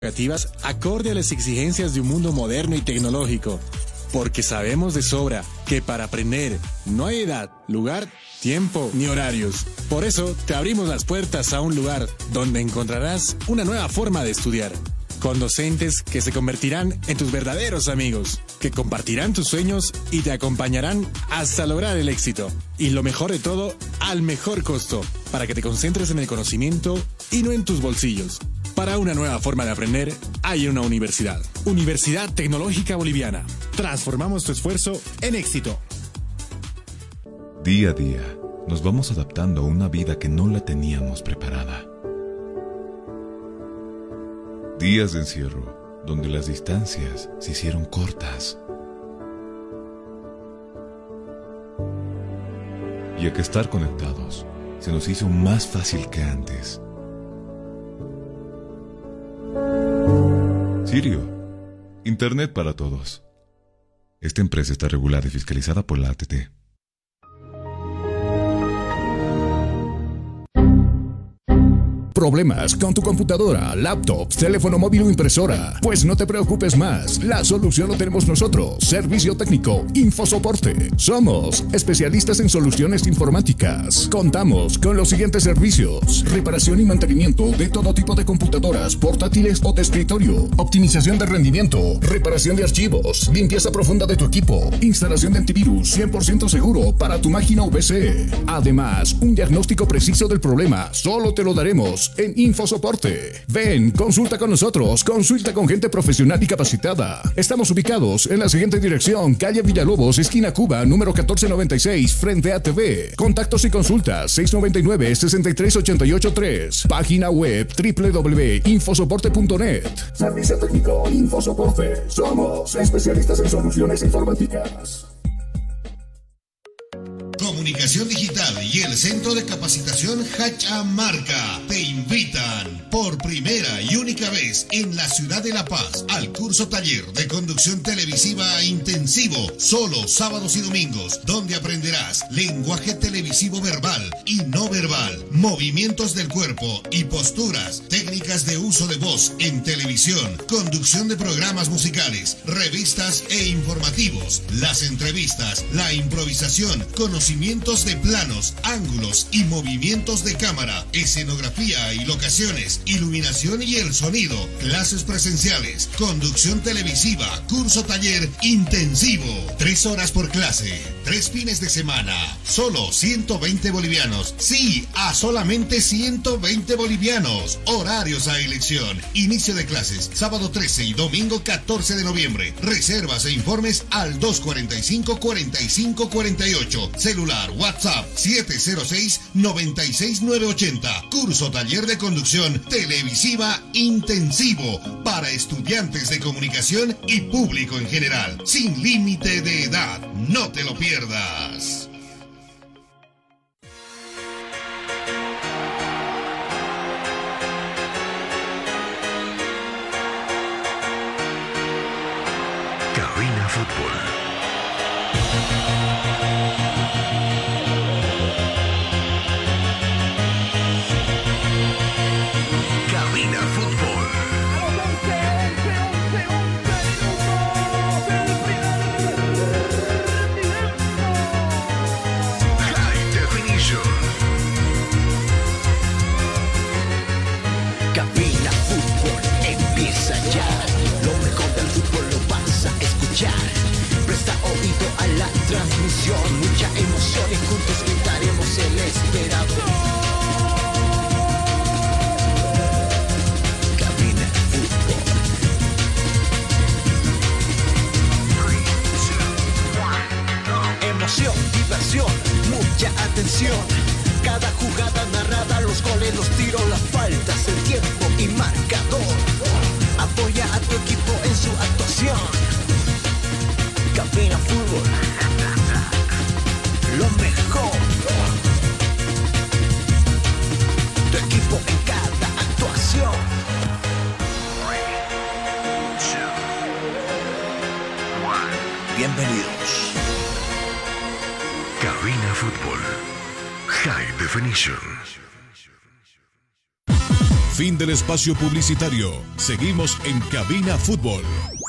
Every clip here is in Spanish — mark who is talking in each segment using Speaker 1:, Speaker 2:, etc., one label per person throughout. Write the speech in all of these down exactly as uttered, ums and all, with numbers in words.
Speaker 1: Educativas acorde a las exigencias de un mundo moderno y tecnológico, porque sabemos de sobra que para aprender no hay edad, lugar, tiempo ni horarios. Por eso te abrimos las puertas a un lugar donde encontrarás una nueva forma de estudiar, con docentes que se convertirán en tus verdaderos amigos, que compartirán tus sueños y te acompañarán hasta lograr el éxito. Y lo mejor de todo, al mejor costo, para que te concentres en el conocimiento y no en tus bolsillos. Para una nueva forma de aprender, hay una universidad. Universidad Tecnológica Boliviana. Transformamos tu esfuerzo en éxito.
Speaker 2: Día a día, nos vamos adaptando a una vida que no la teníamos preparada. Días de encierro, donde las distancias se hicieron cortas. Y a que estar conectados se nos hizo más fácil que antes. Sirio, Internet para todos. Esta empresa está regulada y fiscalizada por la A T T.
Speaker 3: ¿Problemas con tu computadora, laptop, teléfono móvil o impresora? Pues no te preocupes más, la solución lo tenemos nosotros. Servicio técnico, Infosoporte. Somos especialistas en soluciones informáticas. Contamos con los siguientes servicios: reparación y mantenimiento de todo tipo de computadoras, portátiles o de escritorio, optimización de rendimiento, reparación de archivos, limpieza profunda de tu equipo, instalación de antivirus cien por ciento seguro para tu máquina o P C. Además, un diagnóstico preciso del problema solo te lo daremos en Infosoporte. Ven, consulta con nosotros, consulta con gente profesional y capacitada. Estamos ubicados en la siguiente dirección: calle Villalobos, esquina Cuba, número catorce noventa y seis, frente a T V. Contactos y consultas seis nueve nueve, seis tres ocho ocho tres. Página web doble u doble u doble u punto infosoporte punto net. Servicio técnico Infosoporte. Somos especialistas en soluciones informáticas.
Speaker 4: Comunicación Digital y el Centro de Capacitación Hachamarca te invitan por primera y única vez en la ciudad de La Paz al curso taller de conducción televisiva intensivo, solo sábados y domingos, donde aprenderás lenguaje televisivo verbal y no verbal, movimientos del cuerpo y posturas, técnicas de uso de voz en televisión, conducción de programas musicales, revistas e informativos, las entrevistas, la improvisación, conocimientos de planos, ángulos y movimientos de cámara, escenografía y locaciones, iluminación y el sonido, clases presenciales, conducción televisiva, curso taller intensivo, tres horas por clase, tres fines de semana, solo ciento veinte bolivianos, sí, a solamente ciento veinte bolivianos, horarios a elección, inicio de clases, sábado trece y domingo catorce de noviembre, reservas e informes al dos cuarenta y cinco, cuarenta y cinco cuarenta y ocho, celular WhatsApp siete cero seis, noventa y seis nueve ochenta. Curso taller de conducción televisiva intensivo para estudiantes de comunicación y público en general, sin límite de edad. No te lo pierdas.
Speaker 5: Cabina Fútbol.
Speaker 6: Presta oído a la transmisión, mucha emoción y juntos gritaremos el esperado. Cabina Fútbol. Emoción, diversión, mucha atención. Cada jugada narrada, los goles, los tiros, las faltas, el tiempo y marcador. Apoya a tu equipo en su actuación. Cabina Fútbol, lo mejor. Tu equipo en cada actuación. Bienvenidos.
Speaker 5: Cabina Fútbol. High Definition.
Speaker 3: Fin del espacio publicitario. Seguimos en Cabina Fútbol.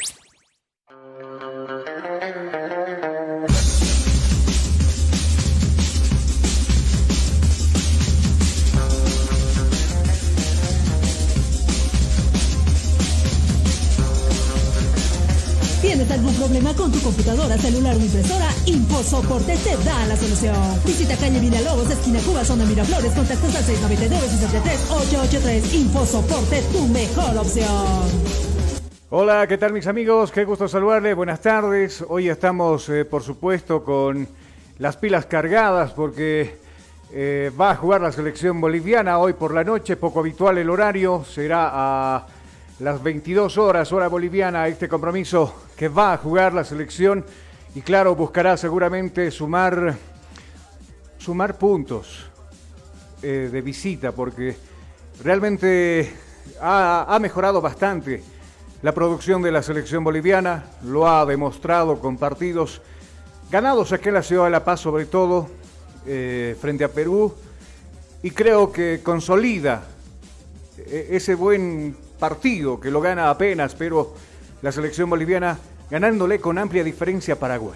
Speaker 7: ¿Tienes algún problema con tu computadora, celular o impresora? InfoSoporte te da la solución. Visita calle Villalobos, esquina Cuba, zona Miraflores, contactos al seis nueve nueve, seis tres, ocho ocho tres. InfoSoporte, tu mejor opción.
Speaker 8: Hola, ¿qué tal mis amigos? Qué gusto saludarles, buenas tardes. Hoy estamos, eh, por supuesto, con las pilas cargadas porque eh, va a jugar la selección boliviana hoy por la noche, poco habitual el horario, será a las veintidós horas, hora boliviana, este compromiso que va a jugar la selección y claro, buscará seguramente sumar, sumar puntos eh, de visita porque realmente ha, ha mejorado bastante la producción de la selección boliviana, lo ha demostrado con partidos ganados aquí en la ciudad de La Paz sobre todo, eh, frente a Perú y creo que consolida ese buen partido que lo gana apenas, pero la selección boliviana ganándole con amplia diferencia a Paraguay.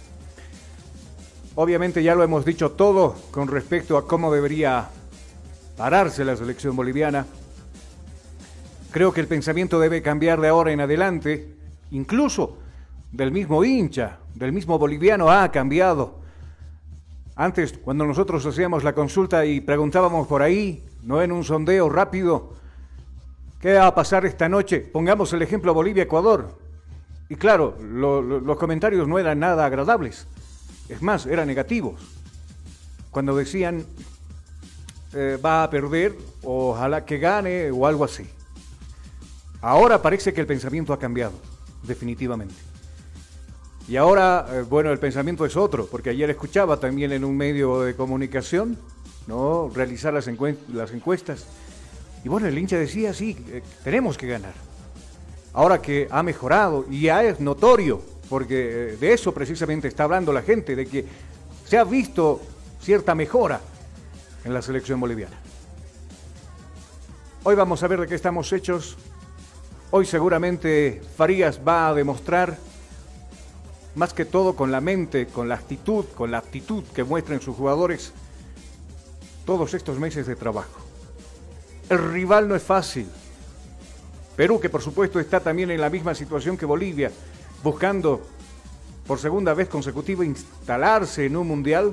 Speaker 8: Obviamente ya lo hemos dicho todo con respecto a cómo debería pararse la selección boliviana. Creo que el pensamiento debe cambiar de ahora en adelante, incluso del mismo hincha, del mismo boliviano ha cambiado. Antes, cuando nosotros hacíamos la consulta y preguntábamos por ahí, no en un sondeo rápido, ¿qué va a pasar esta noche? Pongamos el ejemplo Bolivia-Ecuador. Y claro, lo, lo, los comentarios no eran nada agradables. Es más, eran negativos. Cuando decían, eh, va a perder, ojalá que gane o algo así. Ahora parece que el pensamiento ha cambiado, definitivamente. Y ahora, eh, bueno, el pensamiento es otro, porque ayer escuchaba también en un medio de comunicación, ¿no?, realizar las, encue- las encuestas. Y bueno, el hincha decía, sí, eh, tenemos que ganar. Ahora que ha mejorado, y ya es notorio, porque eh, de eso precisamente está hablando la gente, de que se ha visto cierta mejora en la selección boliviana. Hoy vamos a ver de qué estamos hechos. Hoy seguramente Farías va a demostrar, más que todo con la mente, con la actitud, con la aptitud que muestran sus jugadores, todos estos meses de trabajo. El rival no es fácil. Perú, que por supuesto está también en la misma situación que Bolivia, buscando por segunda vez consecutiva instalarse en un mundial.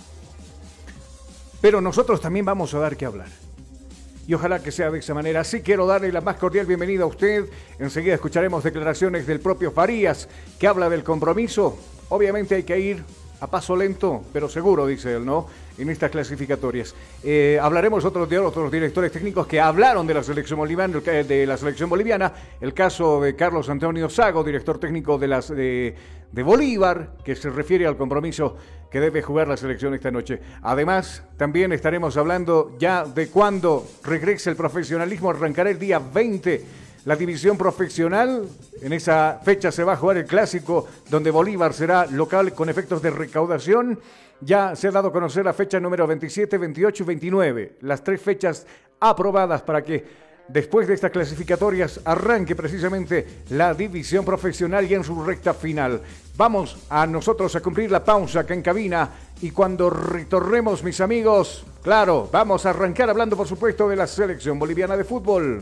Speaker 8: Pero nosotros también vamos a dar que hablar. Y ojalá que sea de esa manera. Así quiero darle la más cordial bienvenida a usted. Enseguida escucharemos declaraciones del propio Farías, que habla del compromiso. Obviamente hay que ir a paso lento, pero seguro, dice él, ¿no?, en estas clasificatorias. Eh, hablaremos otros de otros directores técnicos que hablaron de la selección boliviana, de la selección boliviana. El caso de Carlos Antonio Sago, director técnico de, las, de, de Bolívar, que se refiere al compromiso que debe jugar la selección esta noche. Además, también estaremos hablando ya de cuándo regrese el profesionalismo. Arrancará el día veinte la división profesional. En esa fecha se va a jugar el clásico, donde Bolívar será local con efectos de recaudación. Ya se ha dado a conocer la fecha número veintisiete, veintiocho y veintinueve. Las tres fechas aprobadas para que después de estas clasificatorias arranque precisamente la división profesional y en su recta final. Vamos a nosotros a cumplir la pausa acá en cabina y cuando retornemos, mis amigos, claro, vamos a arrancar hablando por supuesto de la selección boliviana de fútbol.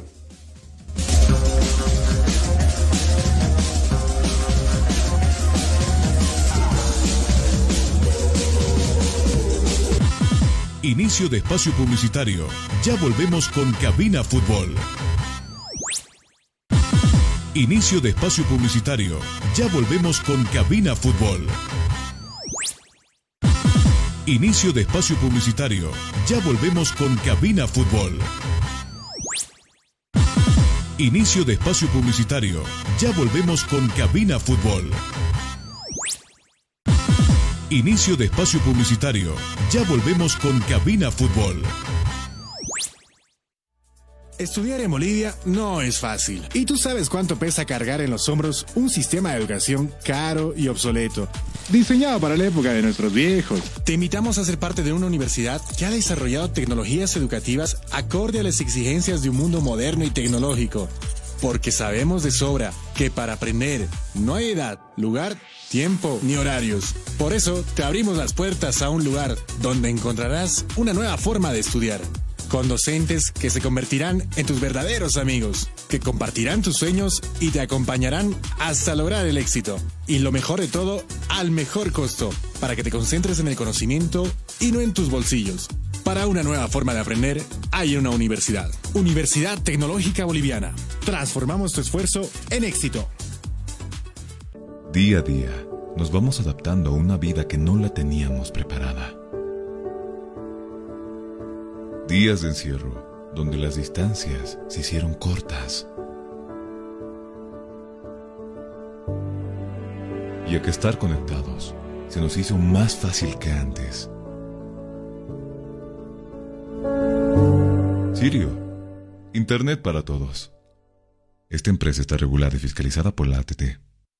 Speaker 3: Inicio de espacio publicitario. Ya volvemos con Cabina Fútbol. Inicio de espacio publicitario. Ya volvemos con Cabina Fútbol. Inicio de espacio publicitario. Ya volvemos con Cabina Fútbol. Inicio de espacio publicitario. Ya volvemos con Cabina Fútbol. Inicio de espacio publicitario. Ya volvemos con Cabina Fútbol.
Speaker 1: Estudiar en Bolivia no es fácil. ¿Y tú sabes cuánto pesa cargar en los hombros un sistema de educación caro y obsoleto, diseñado para la época de nuestros viejos? Te invitamos a ser parte de una universidad que ha desarrollado tecnologías educativas acorde a las exigencias de un mundo moderno y tecnológico. Porque sabemos de sobra que para aprender no hay edad, lugar, tiempo ni horarios. Por eso te abrimos las puertas a un lugar donde encontrarás una nueva forma de estudiar. Con docentes que se convertirán en tus verdaderos amigos, que compartirán tus sueños y te acompañarán hasta lograr el éxito. Y lo mejor de todo, al mejor costo, para que te concentres en el conocimiento y no en tus bolsillos. Para una nueva forma de aprender, hay una universidad. Universidad Tecnológica Boliviana. Transformamos tu esfuerzo en éxito.
Speaker 2: Día a día, nos vamos adaptando a una vida que no la teníamos preparada. Días de encierro, donde las distancias se hicieron cortas. Y a que estar conectados se nos hizo más fácil que antes. Sirio, Internet para todos. Esta empresa está regulada y fiscalizada por la A T T.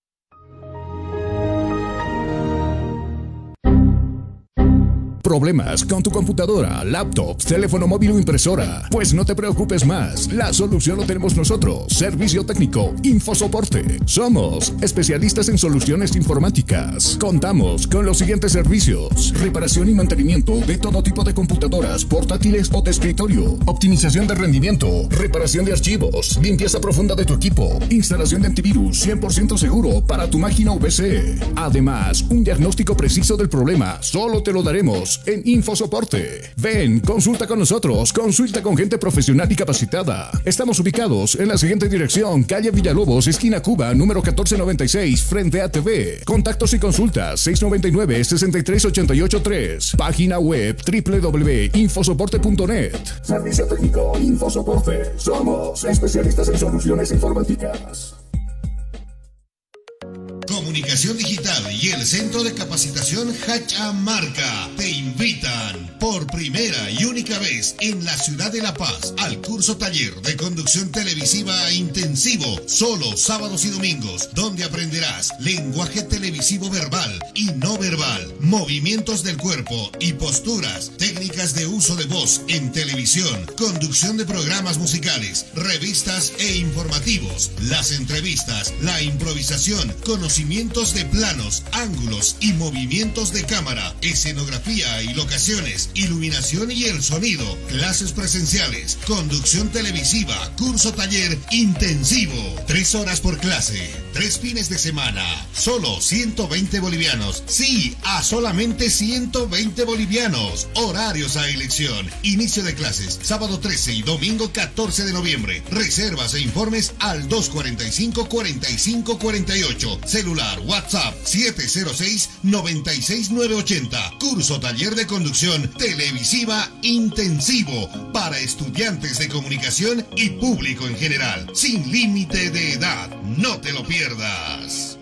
Speaker 3: ¿Problemas con tu computadora, laptop, teléfono móvil o impresora? Pues no te preocupes más, la solución lo tenemos nosotros. Servicio técnico, Infosoporte. Somos especialistas en soluciones informáticas. Contamos con los siguientes servicios: reparación y mantenimiento de todo tipo de computadoras, portátiles o de escritorio, optimización de rendimiento, reparación de archivos, limpieza profunda de tu equipo, instalación de antivirus cien por ciento seguro para tu máquina o P C. Además, un diagnóstico preciso del problema solo te lo daremos en Infosoporte. Ven, consulta con nosotros, consulta con gente profesional y capacitada. Estamos ubicados en la siguiente dirección: calle Villalobos, esquina Cuba, número catorce noventa y seis, frente a T V. Contactos y consultas seis nueve nueve, seis tres ocho ocho tres. Página web doble u doble u doble u punto infosoporte punto net. Servicio técnico Infosoporte. Somos especialistas en soluciones informáticas.
Speaker 4: Comunicación Digital y el Centro de Capacitación Hachamarca te invitan por primera y única vez en la ciudad de La Paz al curso taller de conducción televisiva intensivo, solo sábados y domingos, donde aprenderás lenguaje televisivo verbal y no verbal, movimientos del cuerpo y posturas, técnicas de uso de voz en televisión, conducción de programas musicales, revistas e informativos, las entrevistas, la improvisación, conocimientos de planos, ángulos y movimientos de cámara, escenografía y locaciones, iluminación y el sonido, clases presenciales, conducción televisiva, curso taller intensivo, tres horas por clase, tres fines de semana, solo ciento veinte bolivianos, sí, a solamente ciento veinte bolivianos, horarios a elección, inicio de clases, sábado trece y domingo catorce de noviembre, reservas e informes al dos cuarenta y cinco, cuarenta y cinco cuarenta y ocho, celular, WhatsApp siete cero seis, noventa y seis nueve ochenta. Curso taller de conducción televisiva intensivo para estudiantes de comunicación y público en general, sin límite de edad. No te lo pierdas.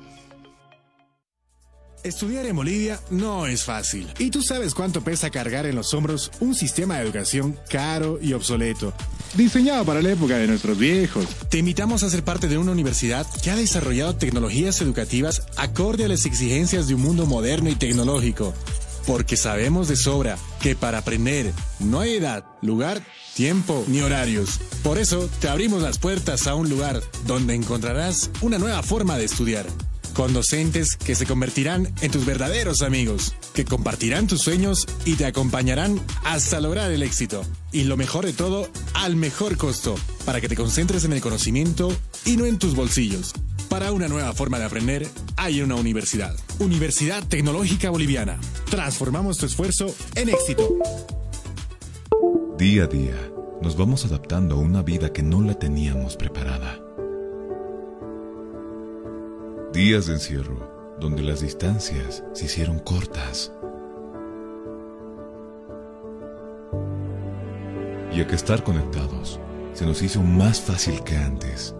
Speaker 1: Estudiar en Bolivia no es fácil. ¿Y tú sabes cuánto pesa cargar en los hombros un sistema de educación caro y obsoleto, diseñado para la época de nuestros viejos? Te invitamos a ser parte de una universidad que ha desarrollado tecnologías educativas acorde a las exigencias de un mundo moderno y tecnológico. Porque sabemos de sobra que para aprender no hay edad, lugar, tiempo ni horarios. Por eso te abrimos las puertas a un lugar donde encontrarás una nueva forma de estudiar. Con docentes que se convertirán en tus verdaderos amigos, que compartirán tus sueños y te acompañarán hasta lograr el éxito. Y lo mejor de todo, al mejor costo, para que te concentres en el conocimiento y no en tus bolsillos. Para una nueva forma de aprender, hay una universidad. Universidad Tecnológica Boliviana. Transformamos tu esfuerzo en éxito.
Speaker 2: Día a día, nos vamos adaptando a una vida que no la teníamos preparada. Días de encierro, donde las distancias se hicieron cortas. Y a que estar conectados se nos hizo más fácil que antes.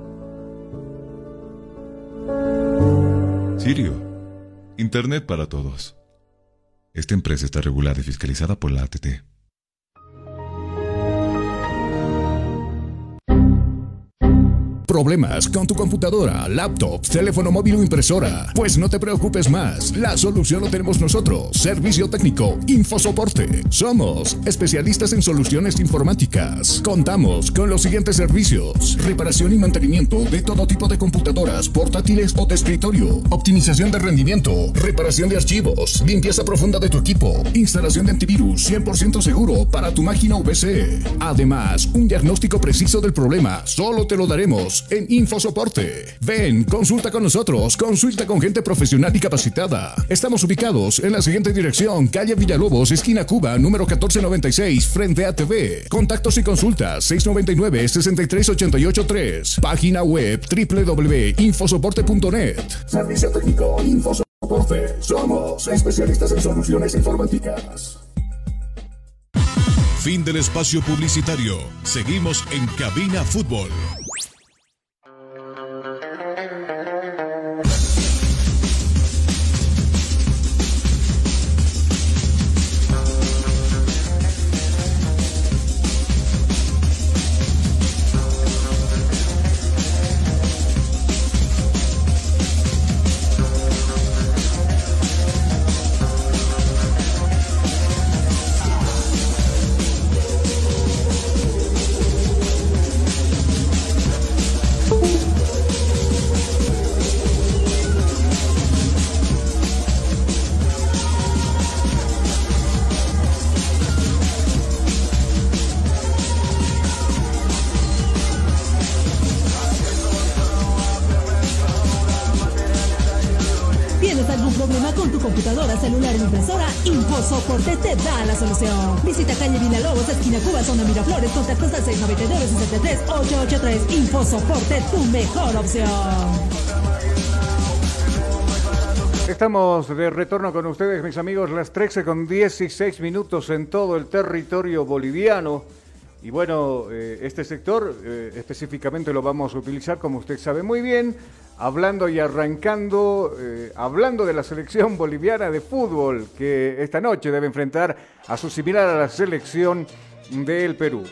Speaker 2: Sirio, Internet para todos. Esta empresa está regulada y fiscalizada por la A T T.
Speaker 3: ¿Problemas con tu computadora, laptop, teléfono móvil o impresora? Pues no te preocupes más. La solución lo tenemos nosotros. Servicio técnico, Infosoporte. Somos especialistas en soluciones informáticas. Contamos con los siguientes servicios: reparación y mantenimiento de todo tipo de computadoras, portátiles o de escritorio, optimización de rendimiento, reparación de archivos, limpieza profunda de tu equipo, instalación de antivirus cien por ciento seguro para tu máquina o P C. Además, un diagnóstico preciso del problema solo te lo daremos en Infosoporte. Ven, consulta con nosotros, consulta con gente profesional y capacitada. Estamos ubicados en la siguiente dirección: calle Villalobos, esquina Cuba, número catorce noventa y seis, frente a T V. Contactos y consultas seis nueve nueve, seis tres ocho ocho tres. Página web doble u doble u doble u punto infosoporte punto net. Servicio técnico Infosoporte. Somos especialistas en soluciones informáticas.
Speaker 9: Fin del espacio publicitario. Seguimos en Cabina Fútbol.
Speaker 7: Infosoporte te da la solución. Visita calle Villalobos, esquina Cuba, zona Miraflores, contactos al seis nueve nueve, seis tres ocho ocho tres. Infosoporte, tu mejor opción.
Speaker 8: Estamos de retorno con ustedes, mis amigos, las trece con dieciséis minutos en todo el territorio boliviano. Y bueno, eh, este sector eh, específicamente lo vamos a utilizar, como usted sabe muy bien, hablando y arrancando, eh, hablando de la selección boliviana de fútbol, que esta noche debe enfrentar a su similar a la selección del Perú.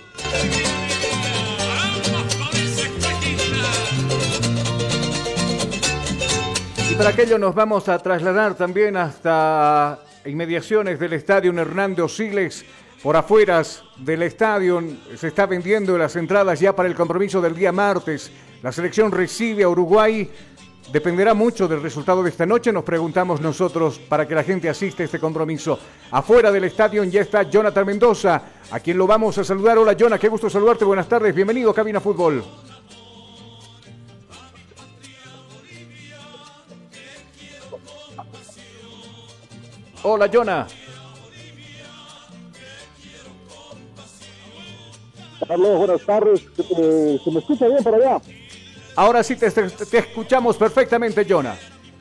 Speaker 8: Y para aquello nos vamos a trasladar también hasta inmediaciones del estadio Hernando Siles. Por afueras del estadio se está vendiendo las entradas ya para el compromiso del día martes. La selección recibe a Uruguay. Dependerá mucho del resultado de esta noche, nos preguntamos nosotros, para que la gente asista a este compromiso. Afuera del estadio ya está Jonathan Mendoza, a quien lo vamos a saludar. Hola, Jonathan, qué gusto saludarte, buenas tardes, bienvenido a Cabina Fútbol. Hola, Jonathan.
Speaker 10: Carlos, buenas tardes. Eh, ¿Se me escucha bien por allá?
Speaker 8: Ahora sí te, te, te escuchamos perfectamente, Jonah.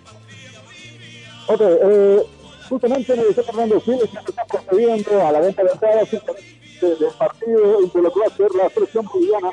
Speaker 10: Ok, eh, justamente me está Fernando Siles, que está procediendo a la venta de entradas del partido entre lo que va a ser la selección boliviana.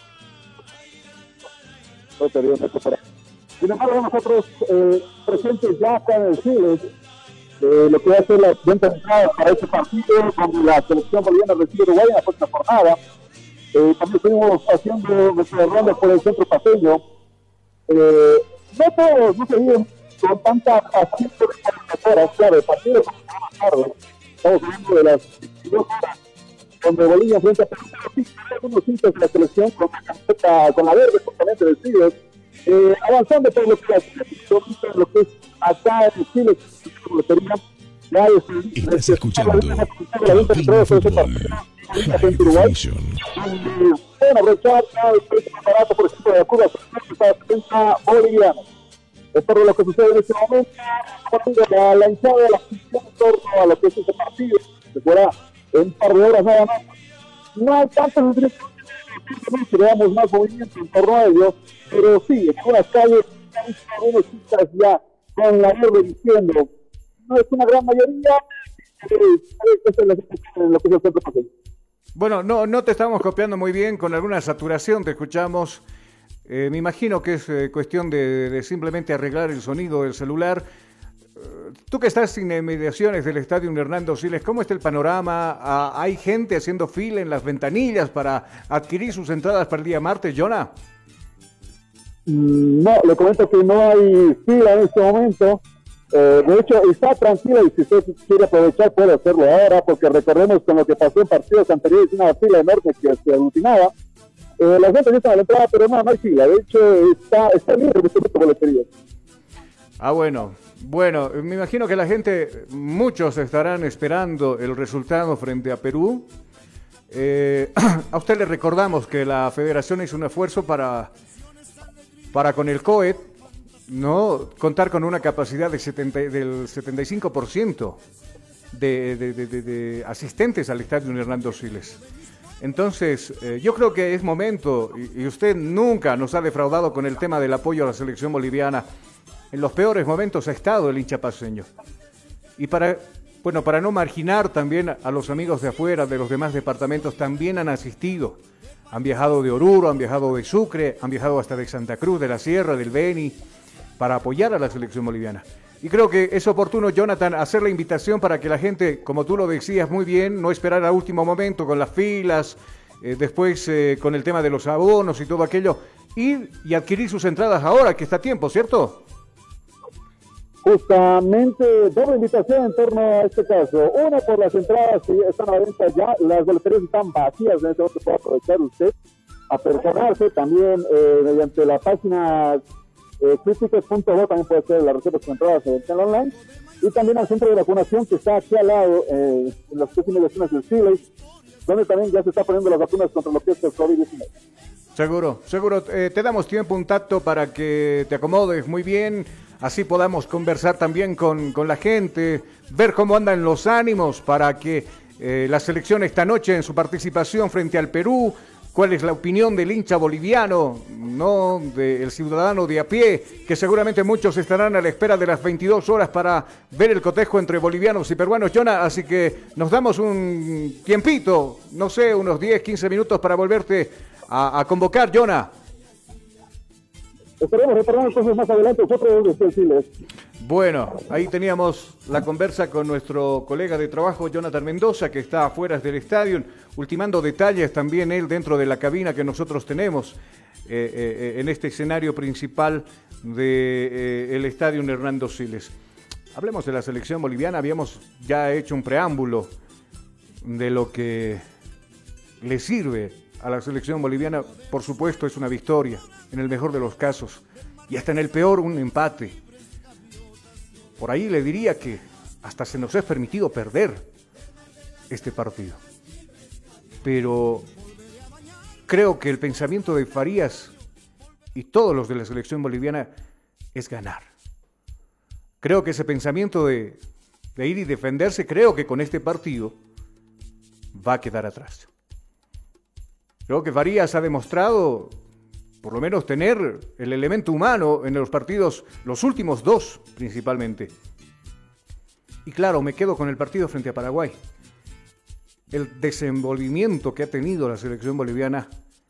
Speaker 10: No te digo, sin embargo, nosotros eh, presentes ya acá en el Siles, eh, lo que va a ser la venta de entradas para este partido, donde la selección boliviana recibe Uruguay en la próxima jornada. Eh, también estuvimos haciendo nuestra ronda por el centro paseño. Eh, no todos, no se viven con tanta pasión de cuarenta horas, claro, el partido comenzó más tarde. Estamos hablando de las veintidós horas, donde Bolivia enfrenta a Perú, pero sí, hay algunos hinchas de la selección con la camiseta, con la verde, justamente del Chile, eh, avanzando por lo que es lo que es acá en Chile, como sería, ya es,
Speaker 9: estás escuchando
Speaker 10: la venta de entradas por ese partido. En Uruguay, pueden aprovechar el precio más barato, por ejemplo, de la Cuba, para la defensa boliviana. Esto es lo que sucede en este momento. La, la hinchada de la afición en torno a lo que es este partido, que fuera en un par de horas nada más. No hay tantos directos que veamos más movimiento en torno a ellos, pero sí, en algunas calles, algunos hinchas ya con la verde diciendo, no es una gran mayoría, es lo que es el centro paseño.
Speaker 8: Bueno, no, no te estamos copiando muy bien, con alguna saturación te escuchamos. Eh, me imagino que es eh, cuestión de, de simplemente arreglar el sonido del celular. Uh, tú que estás sin inmediaciones del estadio Hernando Siles, ¿cómo está el panorama? Uh, ¿Hay gente haciendo fila en las ventanillas para adquirir sus entradas para el día martes, Jonah?
Speaker 10: No, le comento que no hay fila en este momento. Eh, de hecho, está tranquila y si usted quiere aprovechar puede hacerlo ahora, porque recordemos con lo que pasó en partidos anteriores, una fila enorme que se aglutinaba. Eh, la gente ya está a la entrada, pero no, no hay fila. De hecho, está, está libre de este boletería.
Speaker 8: Ah, bueno. Bueno, me imagino que la gente, muchos estarán esperando el resultado frente a Perú. Eh, a usted le recordamos que la federación hizo un esfuerzo para, para con el COET, ¿no? Contar con una capacidad de setenta, del setenta y cinco por ciento de, de, de, de, de asistentes al estadio Hernando Siles. Entonces, eh, yo creo que es momento, y, y usted nunca nos ha defraudado con el tema del apoyo a la selección boliviana. En los peores momentos ha estado el hincha paceño. Y para, bueno, para no marginar también a los amigos de afuera, de los demás departamentos, también han asistido. Han viajado de Oruro, han viajado de Sucre, han viajado hasta de Santa Cruz, de la Sierra, del Beni, para apoyar a la selección boliviana. Y creo que es oportuno, Jonathan, hacer la invitación para que la gente, como tú lo decías muy bien, no esperar al último momento con las filas, eh, después eh, con el tema de los abonos y todo aquello, ir y adquirir sus entradas ahora, que está a tiempo, ¿cierto?
Speaker 10: Justamente, doble invitación en torno a este caso. Una por las entradas que están a la venta ya, las boleterías están vacías, en este momento puede aprovechar usted a personarse también eh, mediante la página eh, críticos punto bo, también puede ser la reserva de entradas en online, y también al centro de vacunación que está aquí al lado, eh, en las tres inmediaciones del Siles, donde también ya se está poniendo las vacunas contra lo que es el COVID diecinueve.
Speaker 8: Seguro, seguro. Eh, te damos tiempo, un tacto para que te acomodes muy bien. Así podamos conversar también con, con la gente, ver cómo andan los ánimos para que eh, la selección esta noche en su participación frente al Perú, cuál es la opinión del hincha boliviano, no del ciudadano de a pie, que seguramente muchos estarán a la espera de las veintidós horas para ver el cotejo entre bolivianos y peruanos, Jonah, así que nos damos un tiempito, no sé, unos diez, quince minutos para volverte a, a convocar, Jonah.
Speaker 10: Estaremos retornando entonces más adelante nosotros desde el Siles.
Speaker 8: Bueno, ahí teníamos la conversa con nuestro colega de trabajo, Jonathan Mendoza, que está afuera del estadio, ultimando detalles también él dentro de la cabina que nosotros tenemos eh, eh, en este escenario principal del de, eh, estadio Hernando Siles. Hablemos de la selección boliviana, habíamos ya hecho un preámbulo de lo que le sirve a la selección boliviana. Por supuesto, es una victoria, en el mejor de los casos, y hasta en el peor un empate. Por ahí le diría que hasta se nos es permitido perder este partido. Pero creo que el pensamiento de Farías y todos los de la selección boliviana es ganar. Creo que ese pensamiento de, de ir y defenderse, creo que con este partido va a quedar atrás. Creo que Farías ha demostrado, por lo menos, tener el elemento humano en los partidos, los últimos dos principalmente. Y claro, me quedo con el partido frente a Paraguay. El desenvolvimiento que ha tenido la selección boliviana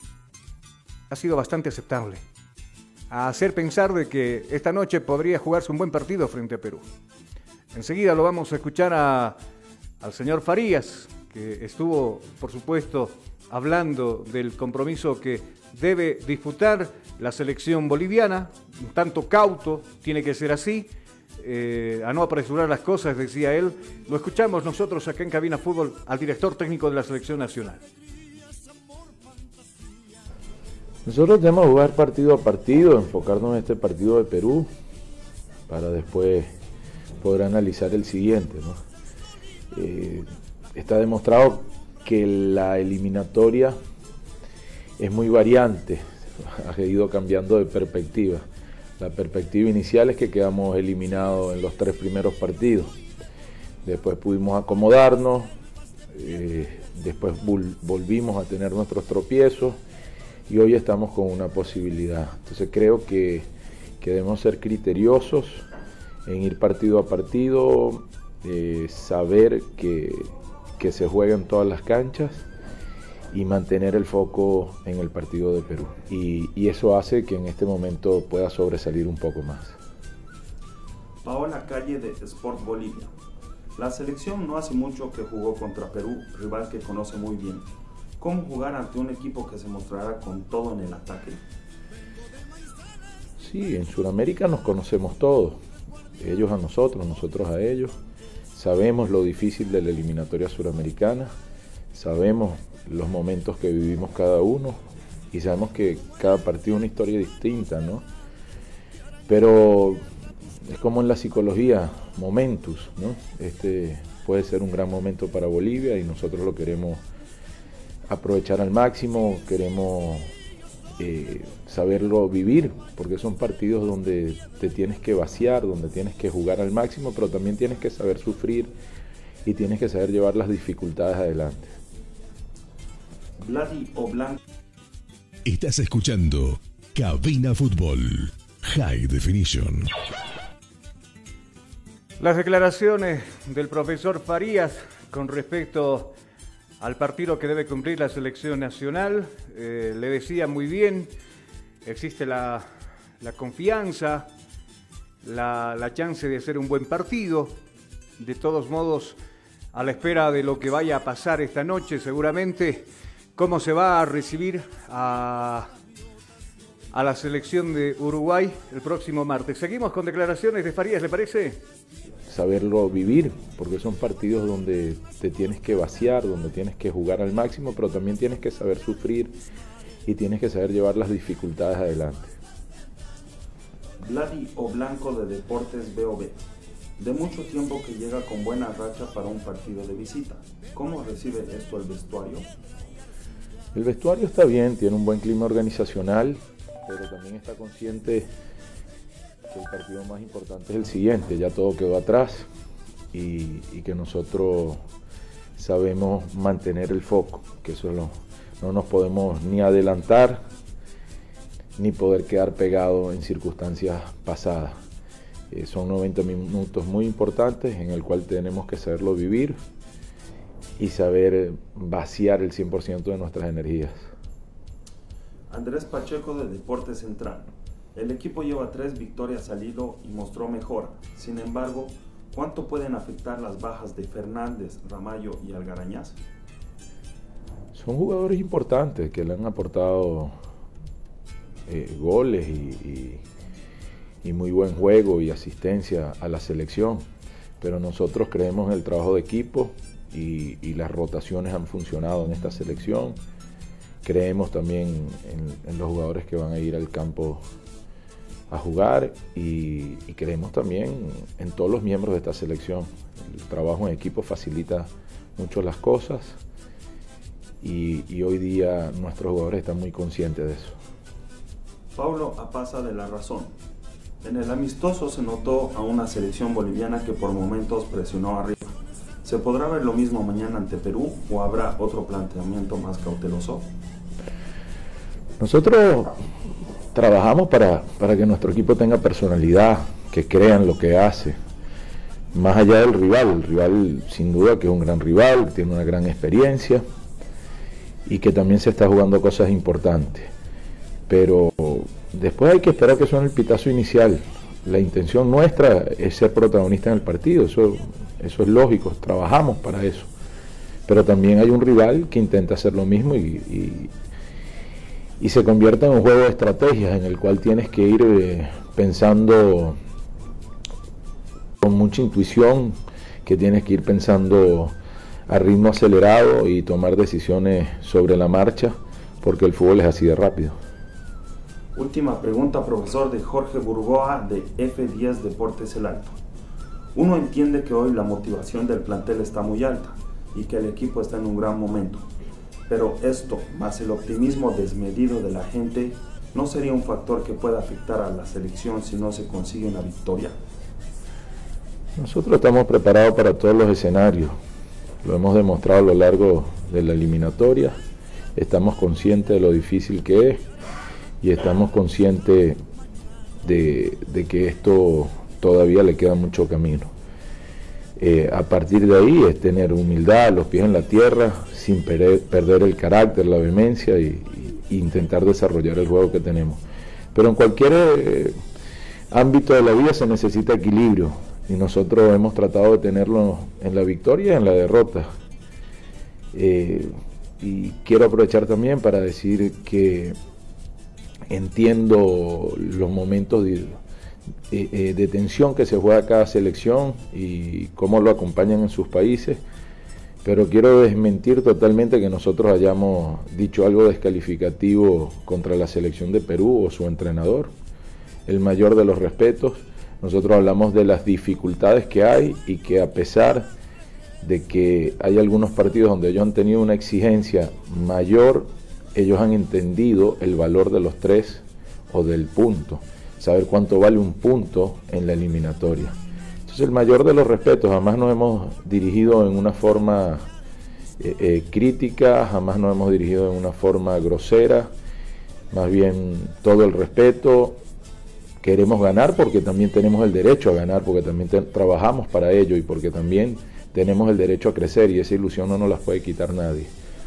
Speaker 8: ha sido bastante aceptable. A hacer pensar de que esta noche podría jugarse un buen partido frente a Perú. Enseguida lo vamos a escuchar a, al señor Farías, que estuvo, por supuesto, hablando del compromiso que debe disputar la selección boliviana, un tanto cauto, tiene que ser así, eh, a no apresurar las cosas, decía él. Lo escuchamos nosotros acá en Cabina Fútbol al director técnico de la selección nacional.
Speaker 11: Nosotros tenemos que jugar partido a partido, enfocarnos en este partido de Perú, para después poder analizar el siguiente, ¿no? Eh, está demostrado que la eliminatoria es muy variante, ha ido cambiando de perspectiva. La perspectiva inicial es que quedamos eliminados en los tres primeros partidos. Después pudimos acomodarnos, eh, después vol- volvimos a tener nuestros tropiezos y hoy estamos con una posibilidad. Entonces creo que, que debemos ser criteriosos en ir partido a partido, eh, saber que, que se juega en todas las canchas y mantener el foco en el partido de Perú. Y, y eso hace que en este momento pueda sobresalir un poco más.
Speaker 12: Paola Calle de Sport Bolivia. La selección no hace mucho que jugó contra Perú, rival que conoce muy bien. ¿Cómo jugar ante un equipo que se mostrará con todo en el ataque?
Speaker 11: Sí, en Sudamérica nos conocemos todos, ellos a nosotros, nosotros a ellos. Sabemos lo difícil de la eliminatoria suramericana, sabemos los momentos que vivimos cada uno y sabemos que cada partido es una historia distinta, ¿no? Pero es como en la psicología, momentos, ¿no? Este puede ser un gran momento para Bolivia y nosotros lo queremos aprovechar al máximo, queremos eh, saberlo vivir, porque son partidos donde te tienes que vaciar, donde tienes que jugar al máximo, pero también tienes que saber sufrir y tienes que saber llevar las dificultades adelante.
Speaker 12: Vladi o Blanco.
Speaker 9: Estás escuchando Cabina Fútbol High Definition.
Speaker 8: Las declaraciones del profesor Farías con respecto al partido que debe cumplir la selección nacional, eh, le decía muy bien, existe la, la confianza, la, la chance de hacer un buen partido. De todos modos, a la espera de lo que vaya a pasar esta noche, seguramente, cómo se va a recibir a, a la selección de Uruguay el próximo martes. Seguimos con declaraciones de Farías, ¿le parece?
Speaker 11: Saberlo vivir, porque son partidos donde te tienes que vaciar, donde tienes que jugar al máximo, pero también tienes que saber sufrir y tienes que saber llevar las dificultades adelante.
Speaker 12: Vladi o Blanco de Deportes B O B. De mucho tiempo que llega con buena racha para un partido de visita. ¿Cómo recibe esto el vestuario?
Speaker 11: El vestuario está bien, tiene un buen clima organizacional, pero también está consciente que el partido más importante es el siguiente, ya todo quedó atrás y, y que nosotros sabemos mantener el foco, que eso lo, no nos podemos ni adelantar ni poder quedar pegados en circunstancias pasadas. Eh, son noventa minutos muy importantes en el cual tenemos que saberlo vivir y saber vaciar el cien por ciento de nuestras energías.
Speaker 12: Andrés Pacheco de Deportes Central. El equipo lleva tres victorias al hilo y mostró mejora. Sin embargo, ¿cuánto pueden afectar las bajas de Fernández, Ramallo y Algarañaz?
Speaker 11: Son jugadores importantes que le han aportado eh, goles y, y, y muy buen juego y asistencia a la selección. Pero nosotros creemos en el trabajo de equipo y, y las rotaciones han funcionado en esta selección. Creemos también en, en los jugadores que van a ir al campo a jugar y, y creemos también en todos los miembros de esta selección. El trabajo en equipo facilita mucho las cosas y, y hoy día nuestros jugadores están muy conscientes de eso.
Speaker 12: Paulo Apaza de La Razón. En el amistoso se notó a una selección boliviana que por momentos presionó arriba. ¿Se podrá ver lo mismo mañana ante Perú o habrá otro planteamiento más cauteloso?
Speaker 11: Nosotros trabajamos para, para que nuestro equipo tenga personalidad, que crean lo que hace, más allá del rival. El rival sin duda que es un gran rival, que tiene una gran experiencia y que también se está jugando cosas importantes. Pero después hay que esperar que suene el pitazo inicial. La intención nuestra es ser protagonista en el partido, eso, eso es lógico, trabajamos para eso. Pero también hay un rival que intenta hacer lo mismo y, y y se convierte en un juego de estrategias en el cual tienes que ir eh, pensando con mucha intuición, que tienes que ir pensando a ritmo acelerado y tomar decisiones sobre la marcha, porque el fútbol es así de rápido.
Speaker 12: Última pregunta, profesor, de Jorge Burgoa de F diez Deportes El Alto. Uno entiende que hoy la motivación del plantel está muy alta y que el equipo está en un gran momento. Pero esto, más el optimismo desmedido de la gente, ¿no sería un factor que pueda afectar a la selección si no se consigue una victoria?
Speaker 11: Nosotros estamos preparados para todos los escenarios. Lo hemos demostrado a lo largo de la eliminatoria. Estamos conscientes de lo difícil que es y estamos conscientes de, de que esto todavía le queda mucho camino. Eh, a partir de ahí es tener humildad, los pies en la tierra, sin perder, perder el carácter, la vehemencia y, y intentar desarrollar el juego que tenemos. Pero en cualquier eh, ámbito de la vida se necesita equilibrio y nosotros hemos tratado de tenerlo en la victoria y en la derrota. Eh, y quiero aprovechar también para decir que, entiendo los momentos de, de, de tensión que se juega cada selección y cómo lo acompañan en sus países, pero quiero desmentir totalmente que nosotros hayamos dicho algo descalificativo contra la selección de Perú o su entrenador. El mayor de los respetos. Nosotros hablamos de las dificultades que hay y que a pesar de que hay algunos partidos donde ellos han tenido una exigencia mayor, ellos han entendido el valor de los tres o del punto, saber cuánto vale un punto en la eliminatoria. Entonces el mayor de los respetos, jamás nos hemos dirigido en una forma eh, eh, crítica, jamás nos hemos dirigido en una forma grosera, más bien todo el respeto. Queremos ganar porque también tenemos el derecho a ganar, porque también te, trabajamos para ello y porque también tenemos el derecho a crecer y esa ilusión no nos la puede quitar nadie.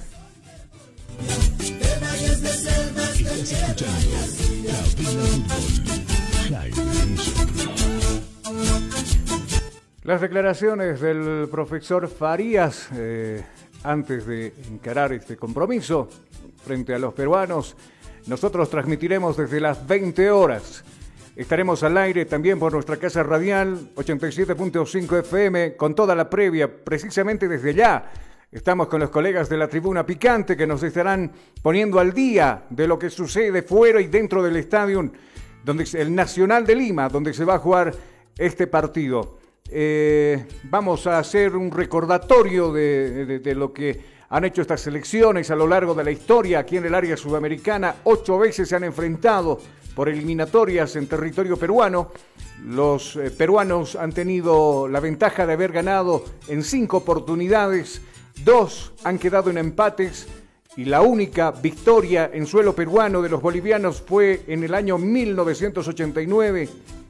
Speaker 8: Las declaraciones del profesor Farías eh, antes de encarar este compromiso frente a los peruanos. Nosotros transmitiremos desde las veinte horas. Estaremos al aire también por nuestra casa radial ochenta y siete punto cinco F M con toda la previa, precisamente desde allá. Estamos con los colegas de la Tribuna Picante que nos estarán poniendo al día de lo que sucede fuera y dentro del estadio, donde el Nacional de Lima, donde se va a jugar este partido. Eh, vamos a hacer un recordatorio de, de, de lo que han hecho estas selecciones a lo largo de la historia aquí en el área sudamericana. Ocho veces se han enfrentado por eliminatorias en territorio peruano. Los eh, peruanos han tenido la ventaja de haber ganado en cinco oportunidades, dos han quedado en empates y la única victoria en suelo peruano de los bolivianos fue en el año mil novecientos ochenta y nueve,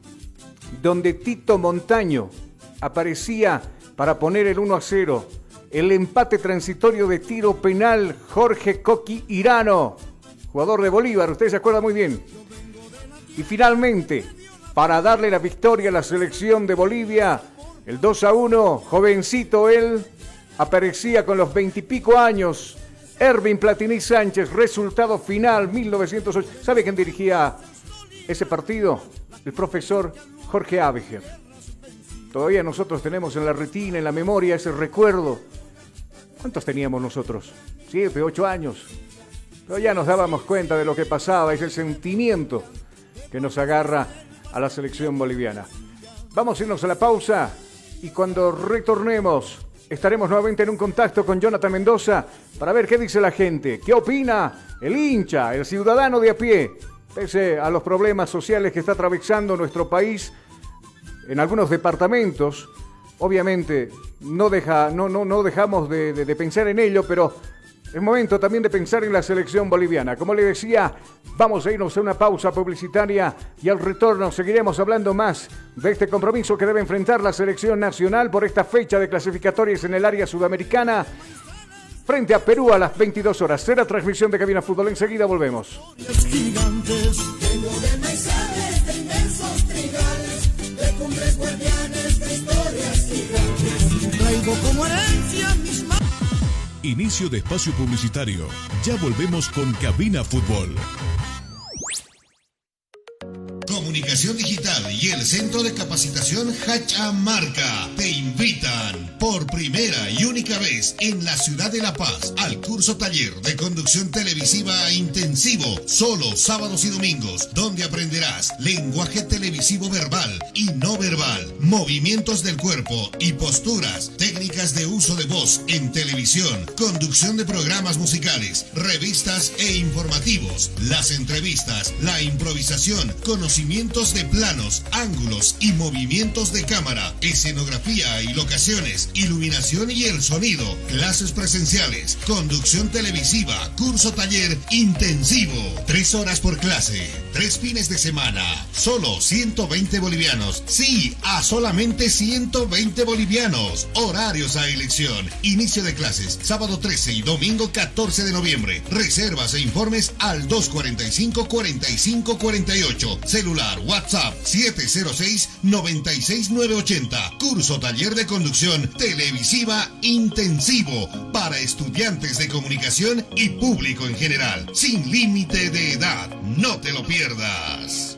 Speaker 8: donde Tito Montaño aparecía para poner el uno a cero. El empate transitorio de tiro penal, Jorge Coqui Irano, jugador de Bolívar, usted se acuerda muy bien. Y finalmente, para darle la victoria a la selección de Bolivia, el dos a uno, jovencito él, aparecía con los veintipico años, Ervin Platini Sánchez, resultado final, mil novecientos ocho. ¿Sabe quién dirigía ese partido? El profesor Jorge Abeger. Todavía nosotros tenemos en la retina, en la memoria, ese recuerdo. ¿Cuántos teníamos nosotros? Siete, ocho años. Pero ya nos dábamos cuenta de lo que pasaba, ese sentimiento que nos agarra a la selección boliviana. Vamos a irnos a la pausa y cuando retornemos estaremos nuevamente en un contacto con Jonathan Mendoza para ver qué dice la gente, qué opina el hincha, el ciudadano de a pie, pese a los problemas sociales que está atravesando nuestro país en algunos departamentos. Obviamente no, deja, no, no, no dejamos de, de, de pensar en ello, pero es momento también de pensar en la selección boliviana. Como le decía, vamos a irnos a una pausa publicitaria y al retorno seguiremos hablando más de este compromiso que debe enfrentar la selección nacional por esta fecha de clasificatorias en el área sudamericana frente a Perú a las veintidós horas. Será transmisión de Cabina Fútbol. Enseguida volvemos.
Speaker 6: Gigantes, tengo de maizales, de inmensos trigales, de cumbres guardianes, de historias gigantes. Traigo como herencia mis manos.
Speaker 9: Inicio de espacio publicitario. Ya volvemos con Cabina Fútbol.
Speaker 4: Comunicación Digital y el Centro de Capacitación Hachamarca te invitan por primera y única vez en la ciudad de La Paz al curso taller de conducción televisiva intensivo, solo sábados y domingos, donde aprenderás lenguaje televisivo verbal y no verbal, movimientos del cuerpo y posturas, técnicas de uso de voz en televisión, conducción de programas musicales, revistas e informativos, las entrevistas, la improvisación, conocimientos de planos, ángulos y movimientos de cámara, escenografía y locaciones, iluminación y el sonido, clases presenciales, conducción televisiva, curso taller intensivo, tres horas por clase, tres fines de semana, solo ciento veinte bolivianos, sí, a solamente ciento veinte bolivianos, horarios a elección, inicio de clases, sábado trece y domingo catorce de noviembre, reservas e informes al dos cuarenta y cinco, cuarenta y cinco cuarenta y ocho, celular Celular WhatsApp siete cero seis, nueve seis nueve ocho cero. Curso taller de conducción televisiva intensivo para estudiantes de comunicación y público en general. Sin límite de edad. No te lo pierdas.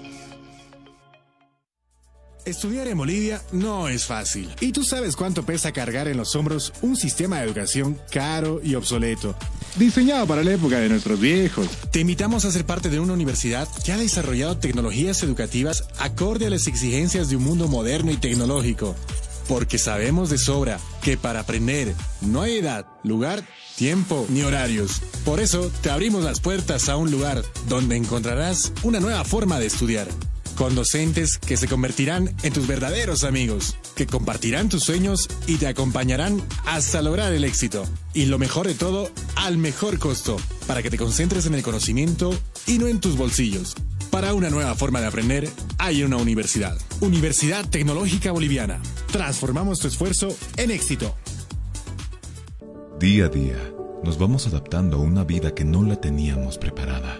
Speaker 1: Estudiar en Bolivia no es fácil. Y tú sabes cuánto pesa cargar en los hombros un sistema de educación caro y obsoleto, diseñado para la época de nuestros viejos. Te invitamos a ser parte de una universidad que ha desarrollado tecnologías educativas acorde a las exigencias de un mundo moderno y tecnológico. Porque sabemos de sobra que para aprender no hay edad, lugar, tiempo ni horarios. Por eso te abrimos las puertas a un lugar donde encontrarás una nueva forma de estudiar. Con docentes que se convertirán en tus verdaderos amigos, que compartirán tus sueños y te acompañarán hasta lograr el éxito. Y lo mejor de todo, al mejor costo, para que te concentres en el conocimiento y no en tus bolsillos. Para una nueva forma de aprender, hay una universidad. Universidad Tecnológica Boliviana. Transformamos tu esfuerzo en éxito.
Speaker 2: Día a día, nos vamos adaptando a una vida que no la teníamos preparada.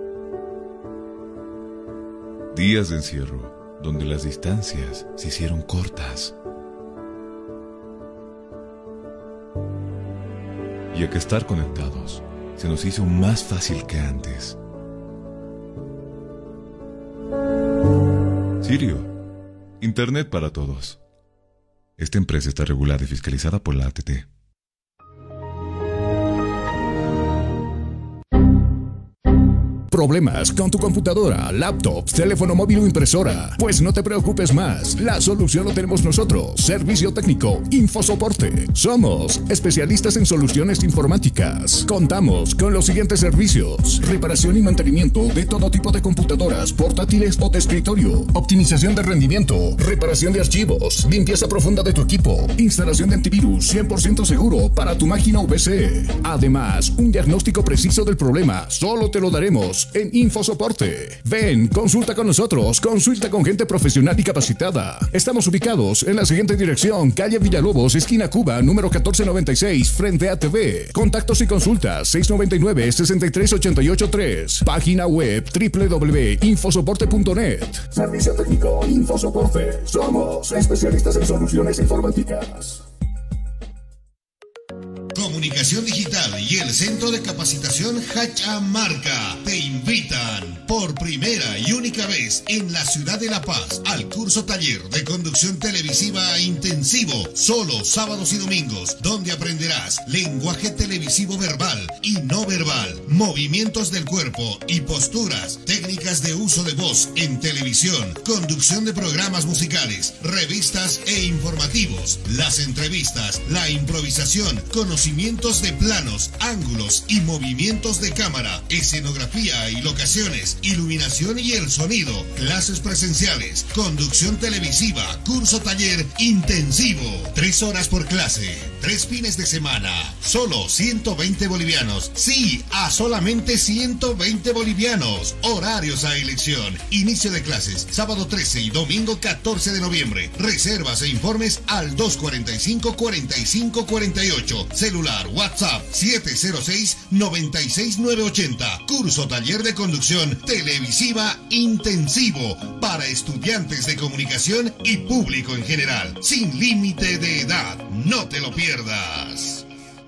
Speaker 2: Días de encierro, donde las distancias se hicieron cortas. Y a que estar conectados se nos hizo más fácil que antes. Sirio, Internet para todos. Esta empresa está regulada y fiscalizada por la A T T.
Speaker 3: ¿Problemas con tu computadora, laptop, teléfono móvil o impresora? Pues no te preocupes más, la solución lo tenemos nosotros. Servicio técnico, Infosoporte. Somos especialistas en soluciones informáticas. Contamos con los siguientes servicios: reparación y mantenimiento de todo tipo de computadoras, portátiles o de escritorio, optimización de rendimiento, reparación de archivos, limpieza profunda de tu equipo, instalación de antivirus cien por ciento seguro para tu máquina o P C. Además, un diagnóstico preciso del problema solo te lo daremos en Infosoporte. Ven, consulta con nosotros, consulta con gente profesional y capacitada. Estamos ubicados en la siguiente dirección: calle Villalobos, esquina Cuba, número catorce noventa y seis, frente a T V. Contactos y consultas seis nueve nueve, seis tres ocho ocho tres. Página web doble u doble u doble u punto infosoporte punto net. Servicio técnico Infosoporte. Somos especialistas en soluciones informáticas.
Speaker 4: Comunicación Digital y el Centro de Capacitación Hachamarca te invitan por primera y única vez en la ciudad de La Paz al curso taller de conducción televisiva intensivo, solo sábados y domingos, donde aprenderás lenguaje televisivo verbal y no verbal, movimientos del cuerpo y posturas, técnicas de uso de voz en televisión, conducción de programas musicales, revistas e informativos, las entrevistas, la improvisación, conocimientos de planos, ángulos y movimientos de cámara, escenografía y locaciones, iluminación y el sonido, clases presenciales, conducción televisiva, curso taller intensivo, tres horas por clase, tres fines de semana, solo ciento veinte bolivianos, sí, a solamente ciento veinte bolivianos, horarios a elección, inicio de clases, sábado trece y domingo catorce de noviembre, reservas e informes al dos cuarenta y cinco, cuarenta y cinco cuarenta y ocho, celular WhatsApp siete cero seis, nueve seis nueve ocho cero. Curso taller de conducción televisiva intensivo para estudiantes de comunicación y público en general. Sin límite de edad. No te lo pierdas.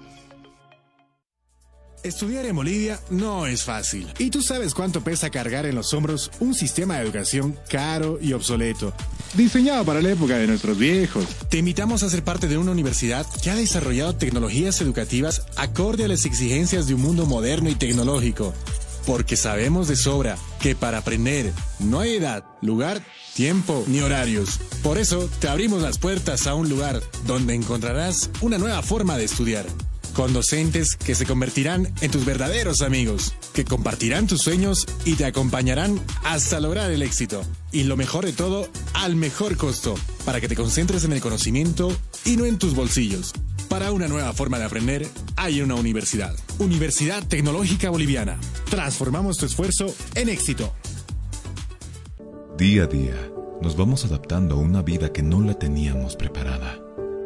Speaker 1: Estudiar en Bolivia no es fácil. Y tú sabes cuánto pesa cargar en los hombros un sistema de educación caro y obsoleto, diseñado para la época de nuestros viejos. Te invitamos a ser parte de una universidad que ha desarrollado tecnologías educativas acorde a las exigencias de un mundo moderno y tecnológico. Porque sabemos de sobra que para aprender no hay edad, lugar, tiempo ni horarios. Por eso te abrimos las puertas a un lugar donde encontrarás una nueva forma de estudiar. Con docentes que se convertirán en tus verdaderos amigos, que compartirán tus sueños y te acompañarán hasta lograr el éxito. Y lo mejor de todo, al mejor costo, para que te concentres en el conocimiento y no en tus bolsillos. Para una nueva forma de aprender, hay una universidad. Universidad Tecnológica Boliviana. Transformamos tu esfuerzo en éxito.
Speaker 2: Día a día, nos vamos adaptando a una vida que no la teníamos preparada.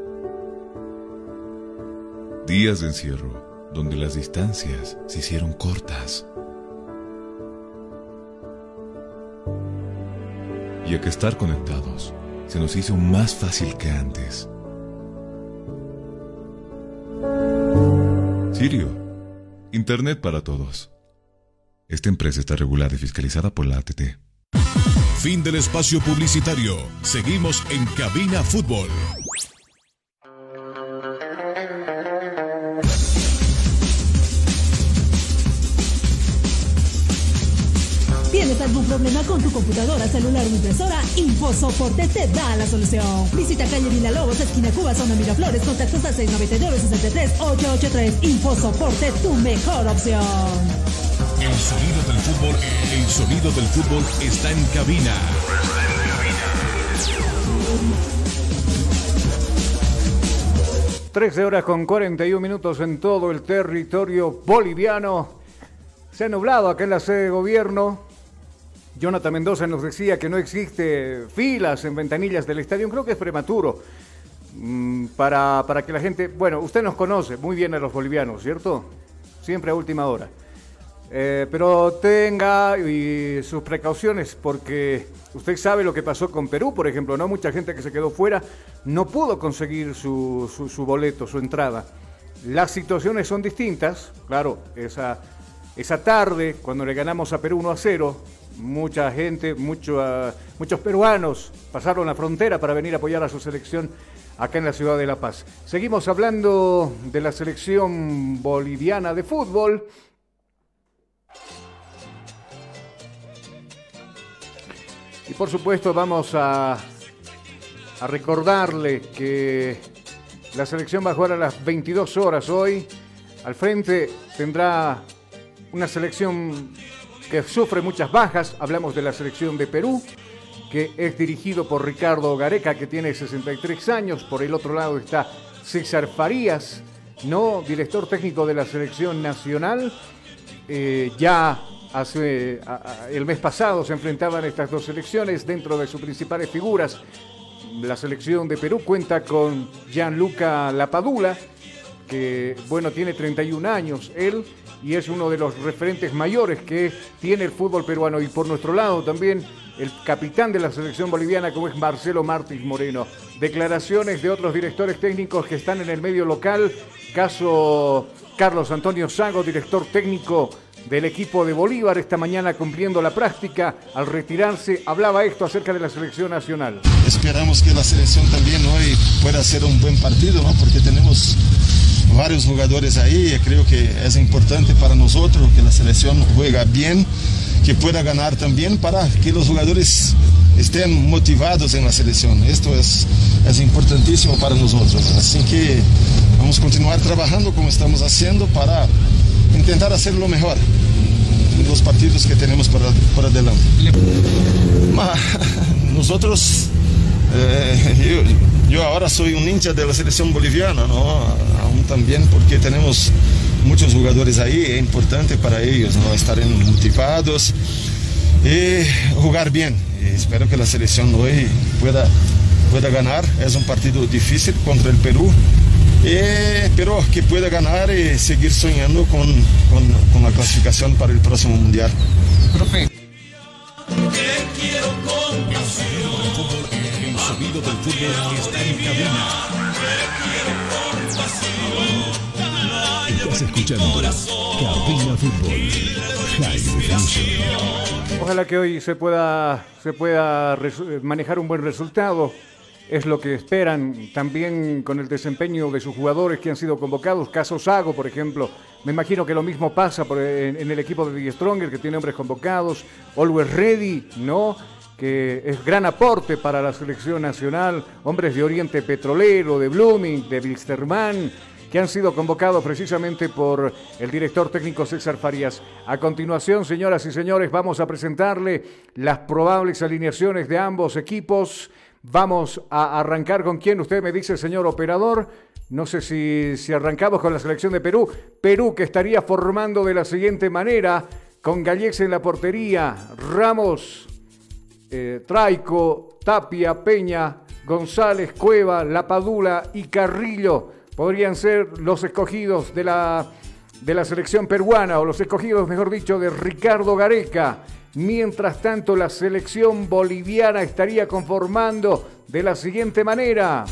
Speaker 2: Días de encierro, donde las distancias se hicieron cortas. y a que estar conectados se nos hizo más fácil que antes. Sirio, Internet para todos. Esta empresa está regulada y fiscalizada por la A T T.
Speaker 9: Fin del espacio publicitario. Seguimos en Cabina Fútbol.
Speaker 7: ¿Tienes algún problema con tu computadora, celular o impresora? InfoSoporte te da la solución. Visita calle Villalobos, esquina Cuba, zona Miraflores, contactos al seis nueve nueve, seis tres, ocho ocho tres. InfoSoporte, tu mejor opción.
Speaker 9: El sonido del fútbol, el sonido del fútbol está en cabina.
Speaker 8: trece horas con cuarenta y un minutos en todo el territorio boliviano. Se ha nublado acá en la sede de gobierno. Jonathan Mendoza nos decía que no existe filas en ventanillas del estadio. Creo que es prematuro mmm, para, para que la gente... Bueno, usted nos conoce muy bien a los bolivianos, ¿cierto? Siempre a última hora. Eh, pero tenga y sus precauciones, porque usted sabe lo que pasó con Perú, por ejemplo, ¿no? Mucha gente que se quedó fuera no pudo conseguir su, su, su boleto, su entrada. Las situaciones son distintas, claro, esa, esa tarde, cuando le ganamos a Perú uno a cero, mucha gente, mucho, uh, muchos peruanos pasaron la frontera para venir a apoyar a su selección acá en la ciudad de La Paz. Seguimos hablando de la selección boliviana de fútbol. Y por supuesto vamos a, a recordarle que la selección va a jugar a las veintidós horas hoy. Al frente tendrá una selección que sufre muchas bajas. Hablamos de la selección de Perú, que es dirigido por Ricardo Gareca, que tiene sesenta y tres años. Por el otro lado está César Farías, no director técnico de la selección nacional. Eh, ya hace a, a, el mes pasado se enfrentaban estas dos selecciones dentro de sus principales figuras. La selección de Perú cuenta con Gianluca Lapadula, que bueno, tiene treinta y un años él, y es uno de los referentes mayores que tiene el fútbol peruano. Y por nuestro lado también el capitán de la selección boliviana, como es Marcelo Martins Moreno. Declaraciones de otros directores técnicos que están en el medio local, caso Carlos Antonio Sago, director técnico del equipo de Bolívar, esta mañana cumpliendo la práctica. Al retirarse hablaba esto acerca de la selección nacional.
Speaker 13: Esperamos que la selección también hoy pueda hacer un buen partido, ¿no? Porque tenemos varios jugadores ahí y creo que es importante para nosotros que la selección juega bien, que pueda ganar también, para que los jugadores estén motivados en la selección. Esto es, es importantísimo para nosotros, así que vamos a continuar trabajando como estamos haciendo para intentar hacerlo mejor en los partidos que tenemos por, por adelante. Ma, nosotros, eh, yo, yo ahora soy un hincha de la selección boliviana, ¿no? Aún también porque tenemos muchos jugadores ahí, es importante para ellos, ¿no? Estar motivados y jugar bien. Y espero que la selección hoy pueda, pueda ganar. Es un partido difícil contra el Perú. Eh, pero que pueda ganar y seguir soñando con, con, con la clasificación para el próximo mundial.
Speaker 9: Profe. El sonido del fútbol está en cabina.
Speaker 3: Estás escuchando Cabina Fútbol. High Definition.
Speaker 8: Ojalá que hoy se pueda, se pueda manejar un buen resultado. Es lo que esperan también con el desempeño de sus jugadores que han sido convocados. Caso Sago, por ejemplo. Me imagino que lo mismo pasa por, en, en el equipo de Die Stronger, que tiene hombres convocados. Always Ready, ¿no? Que es gran aporte para la selección nacional. Hombres de Oriente Petrolero, de Blooming, de Wilstermann, que han sido convocados precisamente por el director técnico César Farías. A continuación, señoras y señores, vamos a presentarle las probables alineaciones de ambos equipos. Vamos a arrancar con quién, usted me dice, señor operador. No sé si, si arrancamos con la selección de Perú. Perú, que estaría formando de la siguiente manera, con Gallegos en la portería, Ramos, eh, Traico, Tapia, Peña, González, Cueva, Lapadula y Carrillo. Podrían ser los escogidos de la, de la selección peruana, o los escogidos, mejor dicho, de Ricardo Gareca. Mientras tanto, la selección boliviana estaría conformando de la siguiente manera.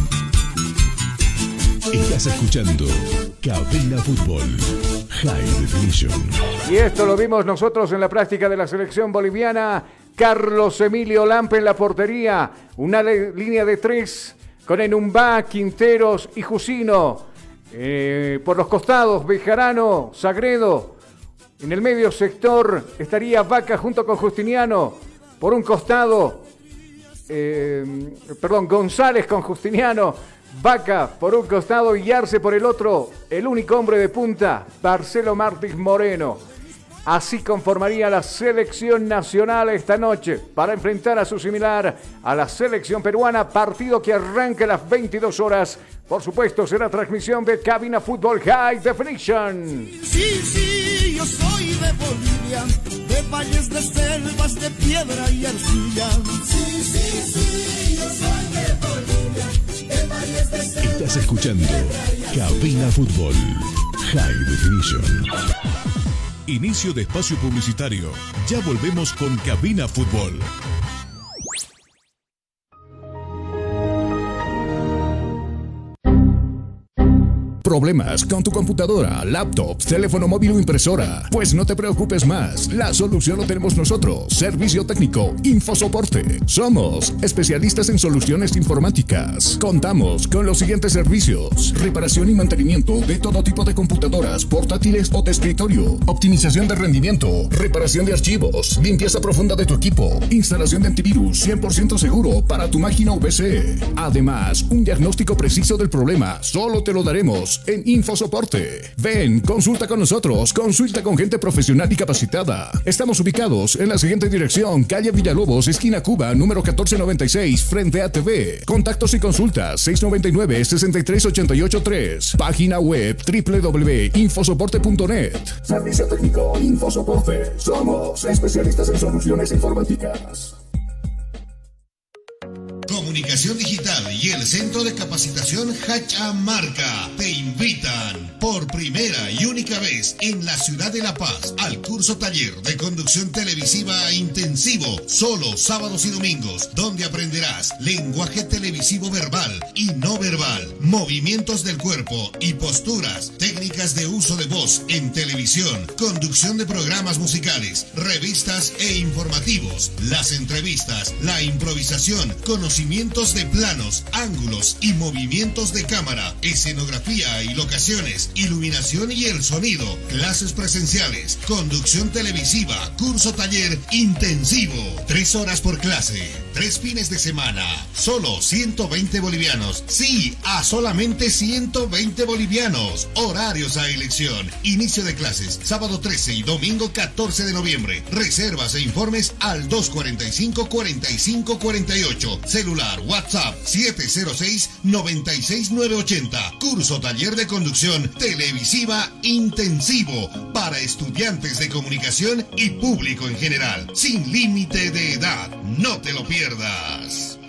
Speaker 3: Estás escuchando Cabina Fútbol High Definition.
Speaker 8: Y esto lo vimos nosotros en la práctica de la selección boliviana. Carlos Emilio Lampe en la portería. Una le- línea de tres con Enumbá, Quinteros y Jusino. Eh, por los costados, Bejarano, Sagredo. En el medio sector estaría Vaca junto con Justiniano. Por un costado, eh, perdón, González con Justiniano. Vaca por un costado y Arce por el otro. El único hombre de punta, Marcelo Martins Moreno. Así conformaría la selección nacional esta noche para enfrentar a su similar, a la selección peruana. Partido que arranca a las veintidós horas. Por supuesto, será transmisión de Cabina Fútbol High Definition.
Speaker 6: Sí, sí, yo soy de Bolivia, de valles, de selvas, de piedra y arcilla. Sí, sí, sí, yo soy de Bolivia, de valles, de selvas.
Speaker 3: Estás escuchando Cabina Fútbol High Definition.
Speaker 9: Inicio de espacio publicitario. Ya volvemos con Cabina Fútbol.
Speaker 3: ¿Problemas con tu computadora, laptop, teléfono móvil o impresora? Pues no te preocupes más, la solución lo tenemos nosotros. Servicio técnico, Infosoporte. Somos especialistas en soluciones informáticas. Contamos con los siguientes servicios: reparación y mantenimiento de todo tipo de computadoras, portátiles o de escritorio, optimización de rendimiento, reparación de archivos, limpieza profunda de tu equipo, instalación de antivirus cien por ciento seguro para tu máquina o P C. Además, un diagnóstico preciso del problema solo te lo daremos en Infosoporte. Ven, consulta con nosotros, consulta con gente profesional y capacitada. Estamos ubicados en la siguiente dirección: calle Villalobos, esquina Cuba, número catorce noventa y seis, frente a T V. Contactos y consultas seis nueve nueve, seis tres ocho ocho tres. Página web doble u doble u doble u punto infosoporte punto net. Servicio técnico Infosoporte. Somos especialistas en soluciones informáticas.
Speaker 4: Comunicación Digital y el Centro de Capacitación Hachamarca te invitan por primera y única vez en la ciudad de La Paz al curso taller de conducción televisiva intensivo, solo sábados y domingos, donde aprenderás lenguaje televisivo verbal y no verbal, movimientos del cuerpo y posturas, técnicas de uso de voz en televisión, conducción de programas musicales, revistas e informativos, las entrevistas, la improvisación, conocimientos de planos, ángulos y movimientos de cámara, escenografía y locaciones, iluminación y el sonido, clases presenciales, conducción televisiva, curso taller intensivo, tres horas por clase, tres fines de semana, solo ciento veinte bolivianos, sí, a solamente ciento veinte bolivianos, horarios a elección, inicio de clases, sábado trece y domingo catorce de noviembre, reservas e informes al dos cuarenta y cinco, cuarenta y cinco cuarenta y ocho, celular, WhatsApp siete cero seis, noventa y seis nueve ochenta. Curso taller de conducción televisiva intensivo para estudiantes de comunicación y público en general, sin límite de edad. No te lo pierdas.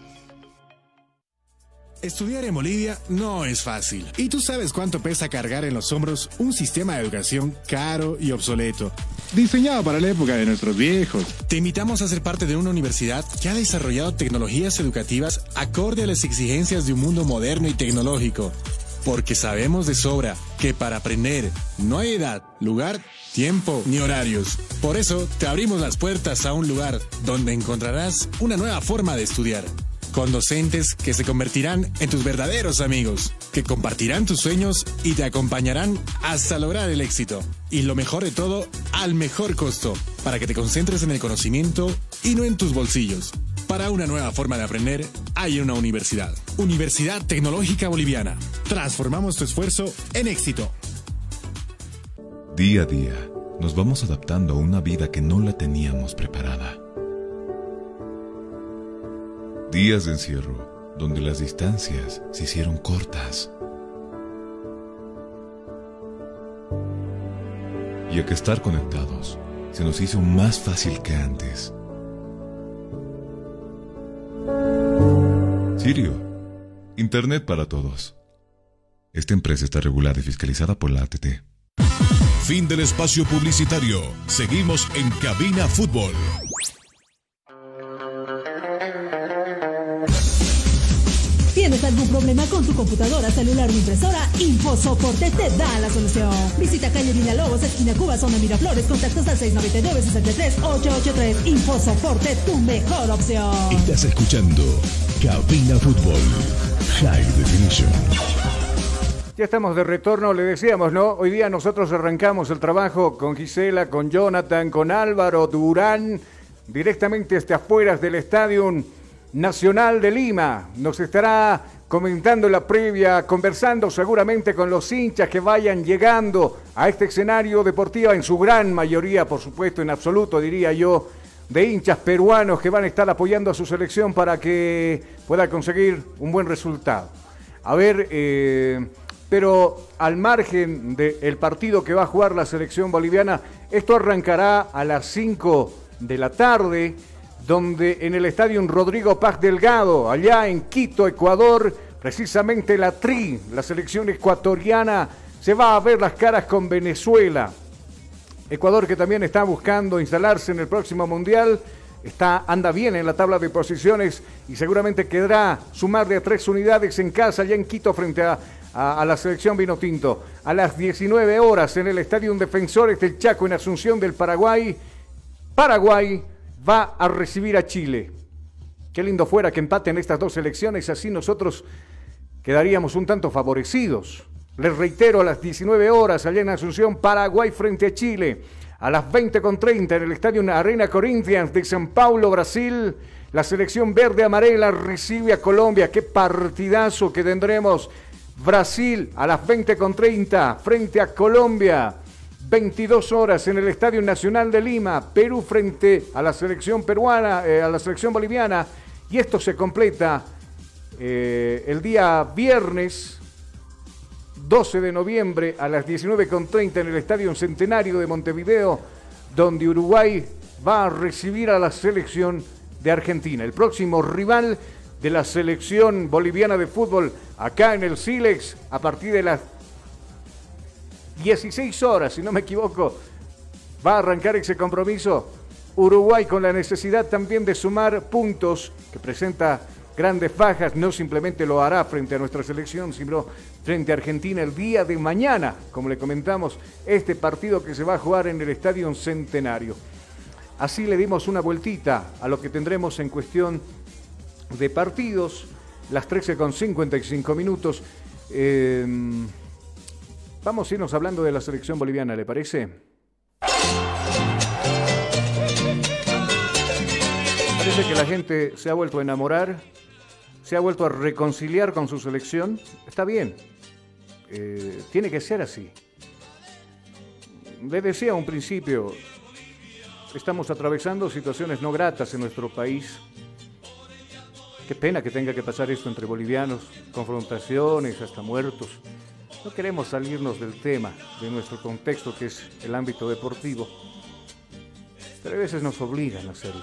Speaker 1: Estudiar en Bolivia no es fácil. Y tú sabes cuánto pesa cargar en los hombros un sistema de educación caro y obsoleto, diseñado para la época de nuestros viejos. Te invitamos a ser parte de una universidad que ha desarrollado tecnologías educativas acorde a las exigencias de un mundo moderno y tecnológico. Porque sabemos de sobra que para aprender no hay edad, lugar, tiempo ni horarios. Por eso te abrimos las puertas a un lugar donde encontrarás una nueva forma de estudiar. Con docentes que se convertirán en tus verdaderos amigos, que compartirán tus sueños y te acompañarán hasta lograr el éxito. Y lo mejor de todo, al mejor costo, para que te concentres en el conocimiento y no en tus bolsillos. Para una nueva forma de aprender, hay una universidad. Universidad Tecnológica Boliviana. Transformamos tu esfuerzo en éxito.
Speaker 2: Día a día, nos vamos adaptando a una vida que no la teníamos preparada. Días de encierro, donde las distancias se hicieron cortas. Y a que estar conectados se nos hizo más fácil que antes. Sirio, Internet para todos. Esta empresa está regulada y fiscalizada por la A T T.
Speaker 9: Fin del espacio publicitario. Seguimos en Cabina Fútbol.
Speaker 7: ¿Tienes algún problema con tu computadora, celular o impresora? InfoSoporte te da la solución. Visita calle Villalobos, esquina Cuba, zona Miraflores, contactos al seis nueve nueve, seis tres, ocho ocho tres. InfoSoporte, tu mejor opción.
Speaker 3: Estás escuchando Cabina Fútbol High Definition.
Speaker 8: Ya estamos de retorno, le decíamos, ¿no? Hoy día nosotros arrancamos el trabajo con Gisela, con Jonathan, con Álvaro Durán, directamente hasta afuera del Estadio Nacional de Lima. Nos estará comentando la previa, conversando seguramente con los hinchas que vayan llegando a este escenario deportivo, en su gran mayoría, por supuesto, en absoluto, diría yo, de hinchas peruanos que van a estar apoyando a su selección para que pueda conseguir un buen resultado. A ver, eh, pero al margen del partido que va a jugar la selección boliviana, esto arrancará a las cinco de la tarde, donde en el Estadio Rodrigo Paz Delgado, allá en Quito, Ecuador, precisamente la Tri, la selección ecuatoriana, se va a ver las caras con Venezuela. Ecuador, que también está buscando instalarse en el próximo Mundial, está, anda bien en la tabla de posiciones y seguramente quedará sumar de a tres unidades en casa, allá en Quito, frente a, a, a la selección vinotinto. A las diecinueve horas en el Estadio Defensores del Chaco, en Asunción del Paraguay, Paraguay va a recibir a Chile. Qué lindo fuera que empaten estas dos selecciones, así nosotros quedaríamos un tanto favorecidos. Les reitero, a las diecinueve horas, allá en Asunción, Paraguay frente a Chile. A las veinte con treinta en el Estadio Arena Corinthians de São Paulo, Brasil, la selección verde-amarela recibe a Colombia. Qué partidazo que tendremos. Brasil a las veinte con treinta frente a Colombia. veintidós horas en el Estadio Nacional de Lima, Perú frente a la selección peruana, eh, a la selección boliviana, y esto se completa eh, el día viernes doce de noviembre a las diecinueve con treinta en el Estadio Centenario de Montevideo, donde Uruguay va a recibir a la selección de Argentina, el próximo rival de la selección boliviana de fútbol, acá en el Silex, a partir de las dieciséis horas, si no me equivoco, va a arrancar ese compromiso. Uruguay con la necesidad también de sumar puntos, que presenta grandes bajas, no simplemente lo hará frente a nuestra selección, sino frente a Argentina el día de mañana, como le comentamos, este partido que se va a jugar en el Estadio Centenario. Así le dimos una vueltita a lo que tendremos en cuestión de partidos, las trece con cincuenta y cinco minutos. Eh, Vamos a irnos hablando de la selección boliviana, ¿le parece? Parece que la gente se ha vuelto a enamorar, se ha vuelto a reconciliar con su selección. Está bien, eh, tiene que ser así. Les decía a un principio, estamos atravesando situaciones no gratas en nuestro país. Qué pena que tenga que pasar esto entre bolivianos, confrontaciones, hasta muertos. No queremos salirnos del tema, de nuestro contexto, que es el ámbito deportivo, pero a veces nos obligan a hacerlo.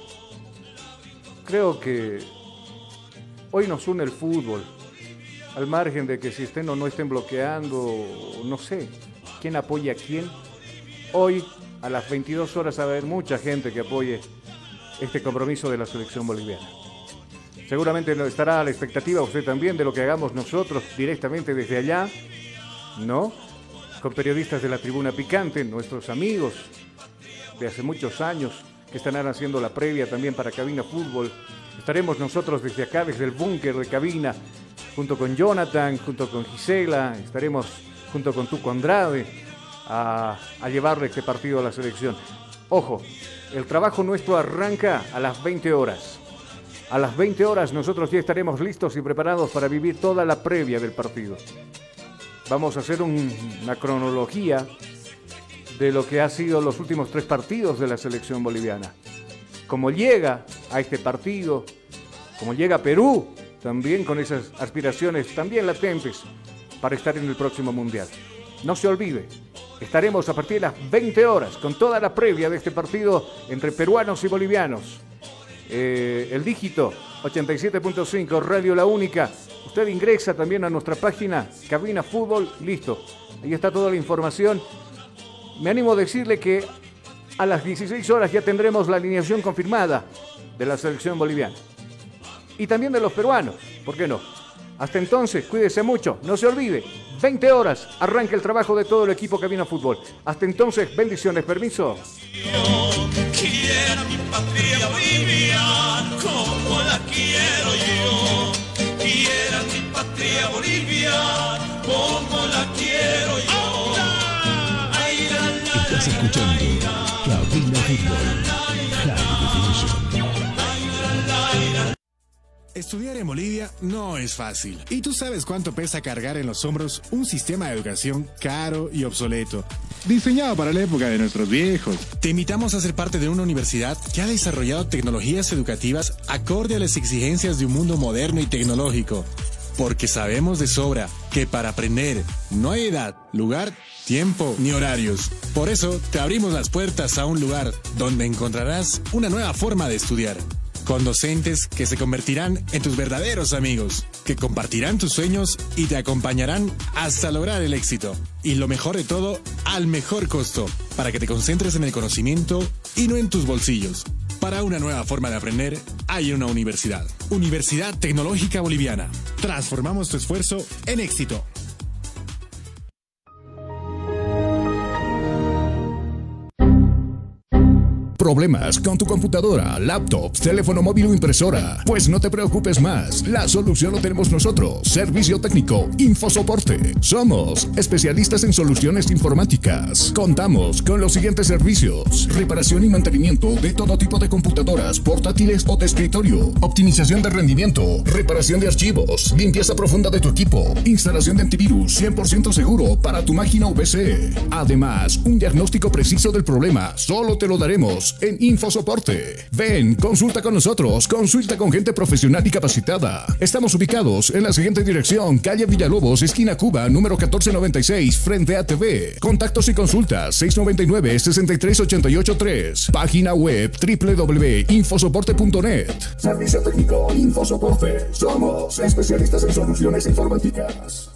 Speaker 8: Creo que hoy nos une el fútbol, al margen de que si estén o no estén bloqueando, no sé, quién apoya a quién. Hoy, a las veintidós horas, va a haber mucha gente que apoye este compromiso de la selección boliviana. Seguramente estará a la expectativa usted también de lo que hagamos nosotros directamente desde allá, ¿no? Con periodistas de la Tribuna Picante, nuestros amigos de hace muchos años que estarán haciendo la previa también para Cabina Fútbol. Estaremos nosotros desde acá, desde el búnker de Cabina, junto con Jonathan, junto con Gisela, estaremos junto con Tuco Andrade a, a llevarle este partido a la selección. Ojo, el trabajo nuestro arranca a las veinte horas. A las veinte horas nosotros ya estaremos listos y preparados para vivir toda la previa del partido. Vamos a hacer un, una cronología de lo que ha sido los últimos tres partidos de la selección boliviana. Cómo llega a este partido, cómo llega Perú, también con esas aspiraciones también latentes para estar en el próximo Mundial. No se olvide, estaremos a partir de las veinte horas con toda la previa de este partido entre peruanos y bolivianos. Eh, el dígito ochenta y siete punto cinco, Radio La Única. Usted ingresa también a nuestra página Cabina Fútbol, listo. Ahí está toda la información me animo a decirle que a las dieciséis horas ya tendremos la alineación confirmada de la selección boliviana. Y también de los peruanos, ¿por qué no? Hasta entonces, cuídese mucho, no se olvide, veinte horas, arranca el trabajo de todo el equipo Cabina Fútbol. Hasta entonces, bendiciones, permiso.
Speaker 14: Quiero mi patria Bolivia, como la quiero yo. Quiero mi patria Bolivia, como la quiero yo.
Speaker 3: Estás escuchando Cabina Fútbol. High Definition.
Speaker 1: Estudiar en Bolivia no es fácil. Y tú sabes cuánto pesa cargar en los hombros un sistema de educación caro y obsoleto, diseñado para la época de nuestros viejos. Te invitamos a ser parte de una universidad que ha desarrollado tecnologías educativas acorde a las exigencias de un mundo moderno y tecnológico. Porque sabemos de sobra que para aprender no hay edad, lugar, tiempo ni horarios. Por eso te abrimos las puertas a un lugar donde encontrarás una nueva forma de estudiar. Con docentes que se convertirán en tus verdaderos amigos, que compartirán tus sueños y te acompañarán hasta lograr el éxito. Y lo mejor de todo, al mejor costo, para que te concentres en el conocimiento y no en tus bolsillos. Para una nueva forma de aprender, hay una universidad. Universidad Tecnológica Boliviana. Transformamos tu esfuerzo en éxito.
Speaker 3: ¿Problemas con tu computadora, laptop, teléfono móvil o impresora? Pues no te preocupes más, la solución lo tenemos nosotros. Servicio técnico, Infosoporte. Somos especialistas en soluciones informáticas. Contamos con los siguientes servicios: reparación y mantenimiento de todo tipo de computadoras, portátiles o de escritorio, optimización de rendimiento, reparación de archivos, limpieza profunda de tu equipo, instalación de antivirus cien por ciento seguro para tu máquina o P C. Además, un diagnóstico preciso del problema solo te lo daremos en Infosoporte. Ven, consulta con nosotros, consulta con gente profesional y capacitada. Estamos ubicados en la siguiente dirección: calle Villalobos, esquina Cuba, número catorce noventa y seis, frente a T V. Contactos y consultas seis nueve nueve, seis tres ocho ocho tres. Página web doble u doble u doble u punto infosoporte punto net. Servicio técnico Infosoporte. Somos especialistas en soluciones informáticas.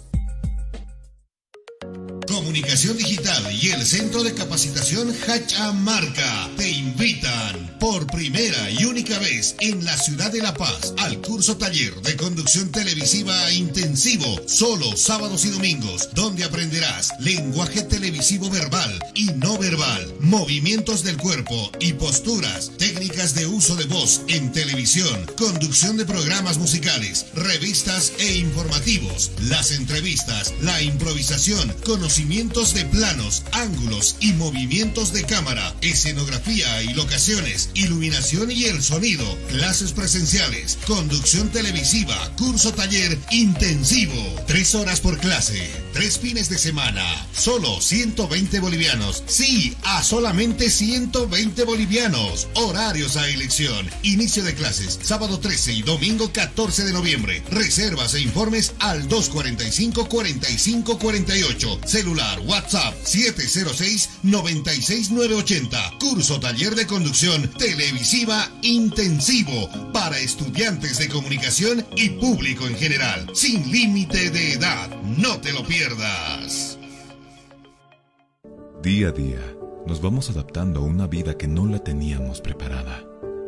Speaker 4: Comunicación Digital y el Centro de Capacitación Hachamarca te invitan por primera y única vez en la ciudad de La Paz al curso taller de conducción televisiva intensivo, solo sábados y domingos, donde aprenderás lenguaje televisivo verbal y no verbal, movimientos del cuerpo y posturas, técnicas de uso de voz en televisión, conducción de programas musicales, revistas e informativos, las entrevistas, la improvisación, conocimientos de planos, ángulos y movimientos de cámara, escenografía y locaciones, iluminación y el sonido, clases presenciales, conducción televisiva, curso taller intensivo, tres horas por clase, tres fines de semana, solo ciento veinte bolivianos, sí, a solamente ciento veinte bolivianos, horarios a elección, inicio de clases, sábado trece y domingo catorce de noviembre, reservas e informes al dos cuarenta y cinco, cuarenta y cinco cuarenta y ocho, celular WhatsApp siete cero seis, nueve seis nueve ocho cero. Curso taller de conducción televisiva intensivo para estudiantes de comunicación y público en general, sin límite de edad. No te lo pierdas.
Speaker 2: Día a día nos vamos adaptando a una vida que no la teníamos preparada.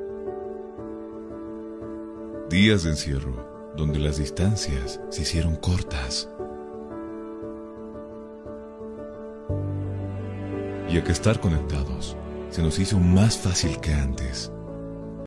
Speaker 2: Días de encierro donde las distancias se hicieron cortas. Y a que estar conectados se nos hizo más fácil que antes.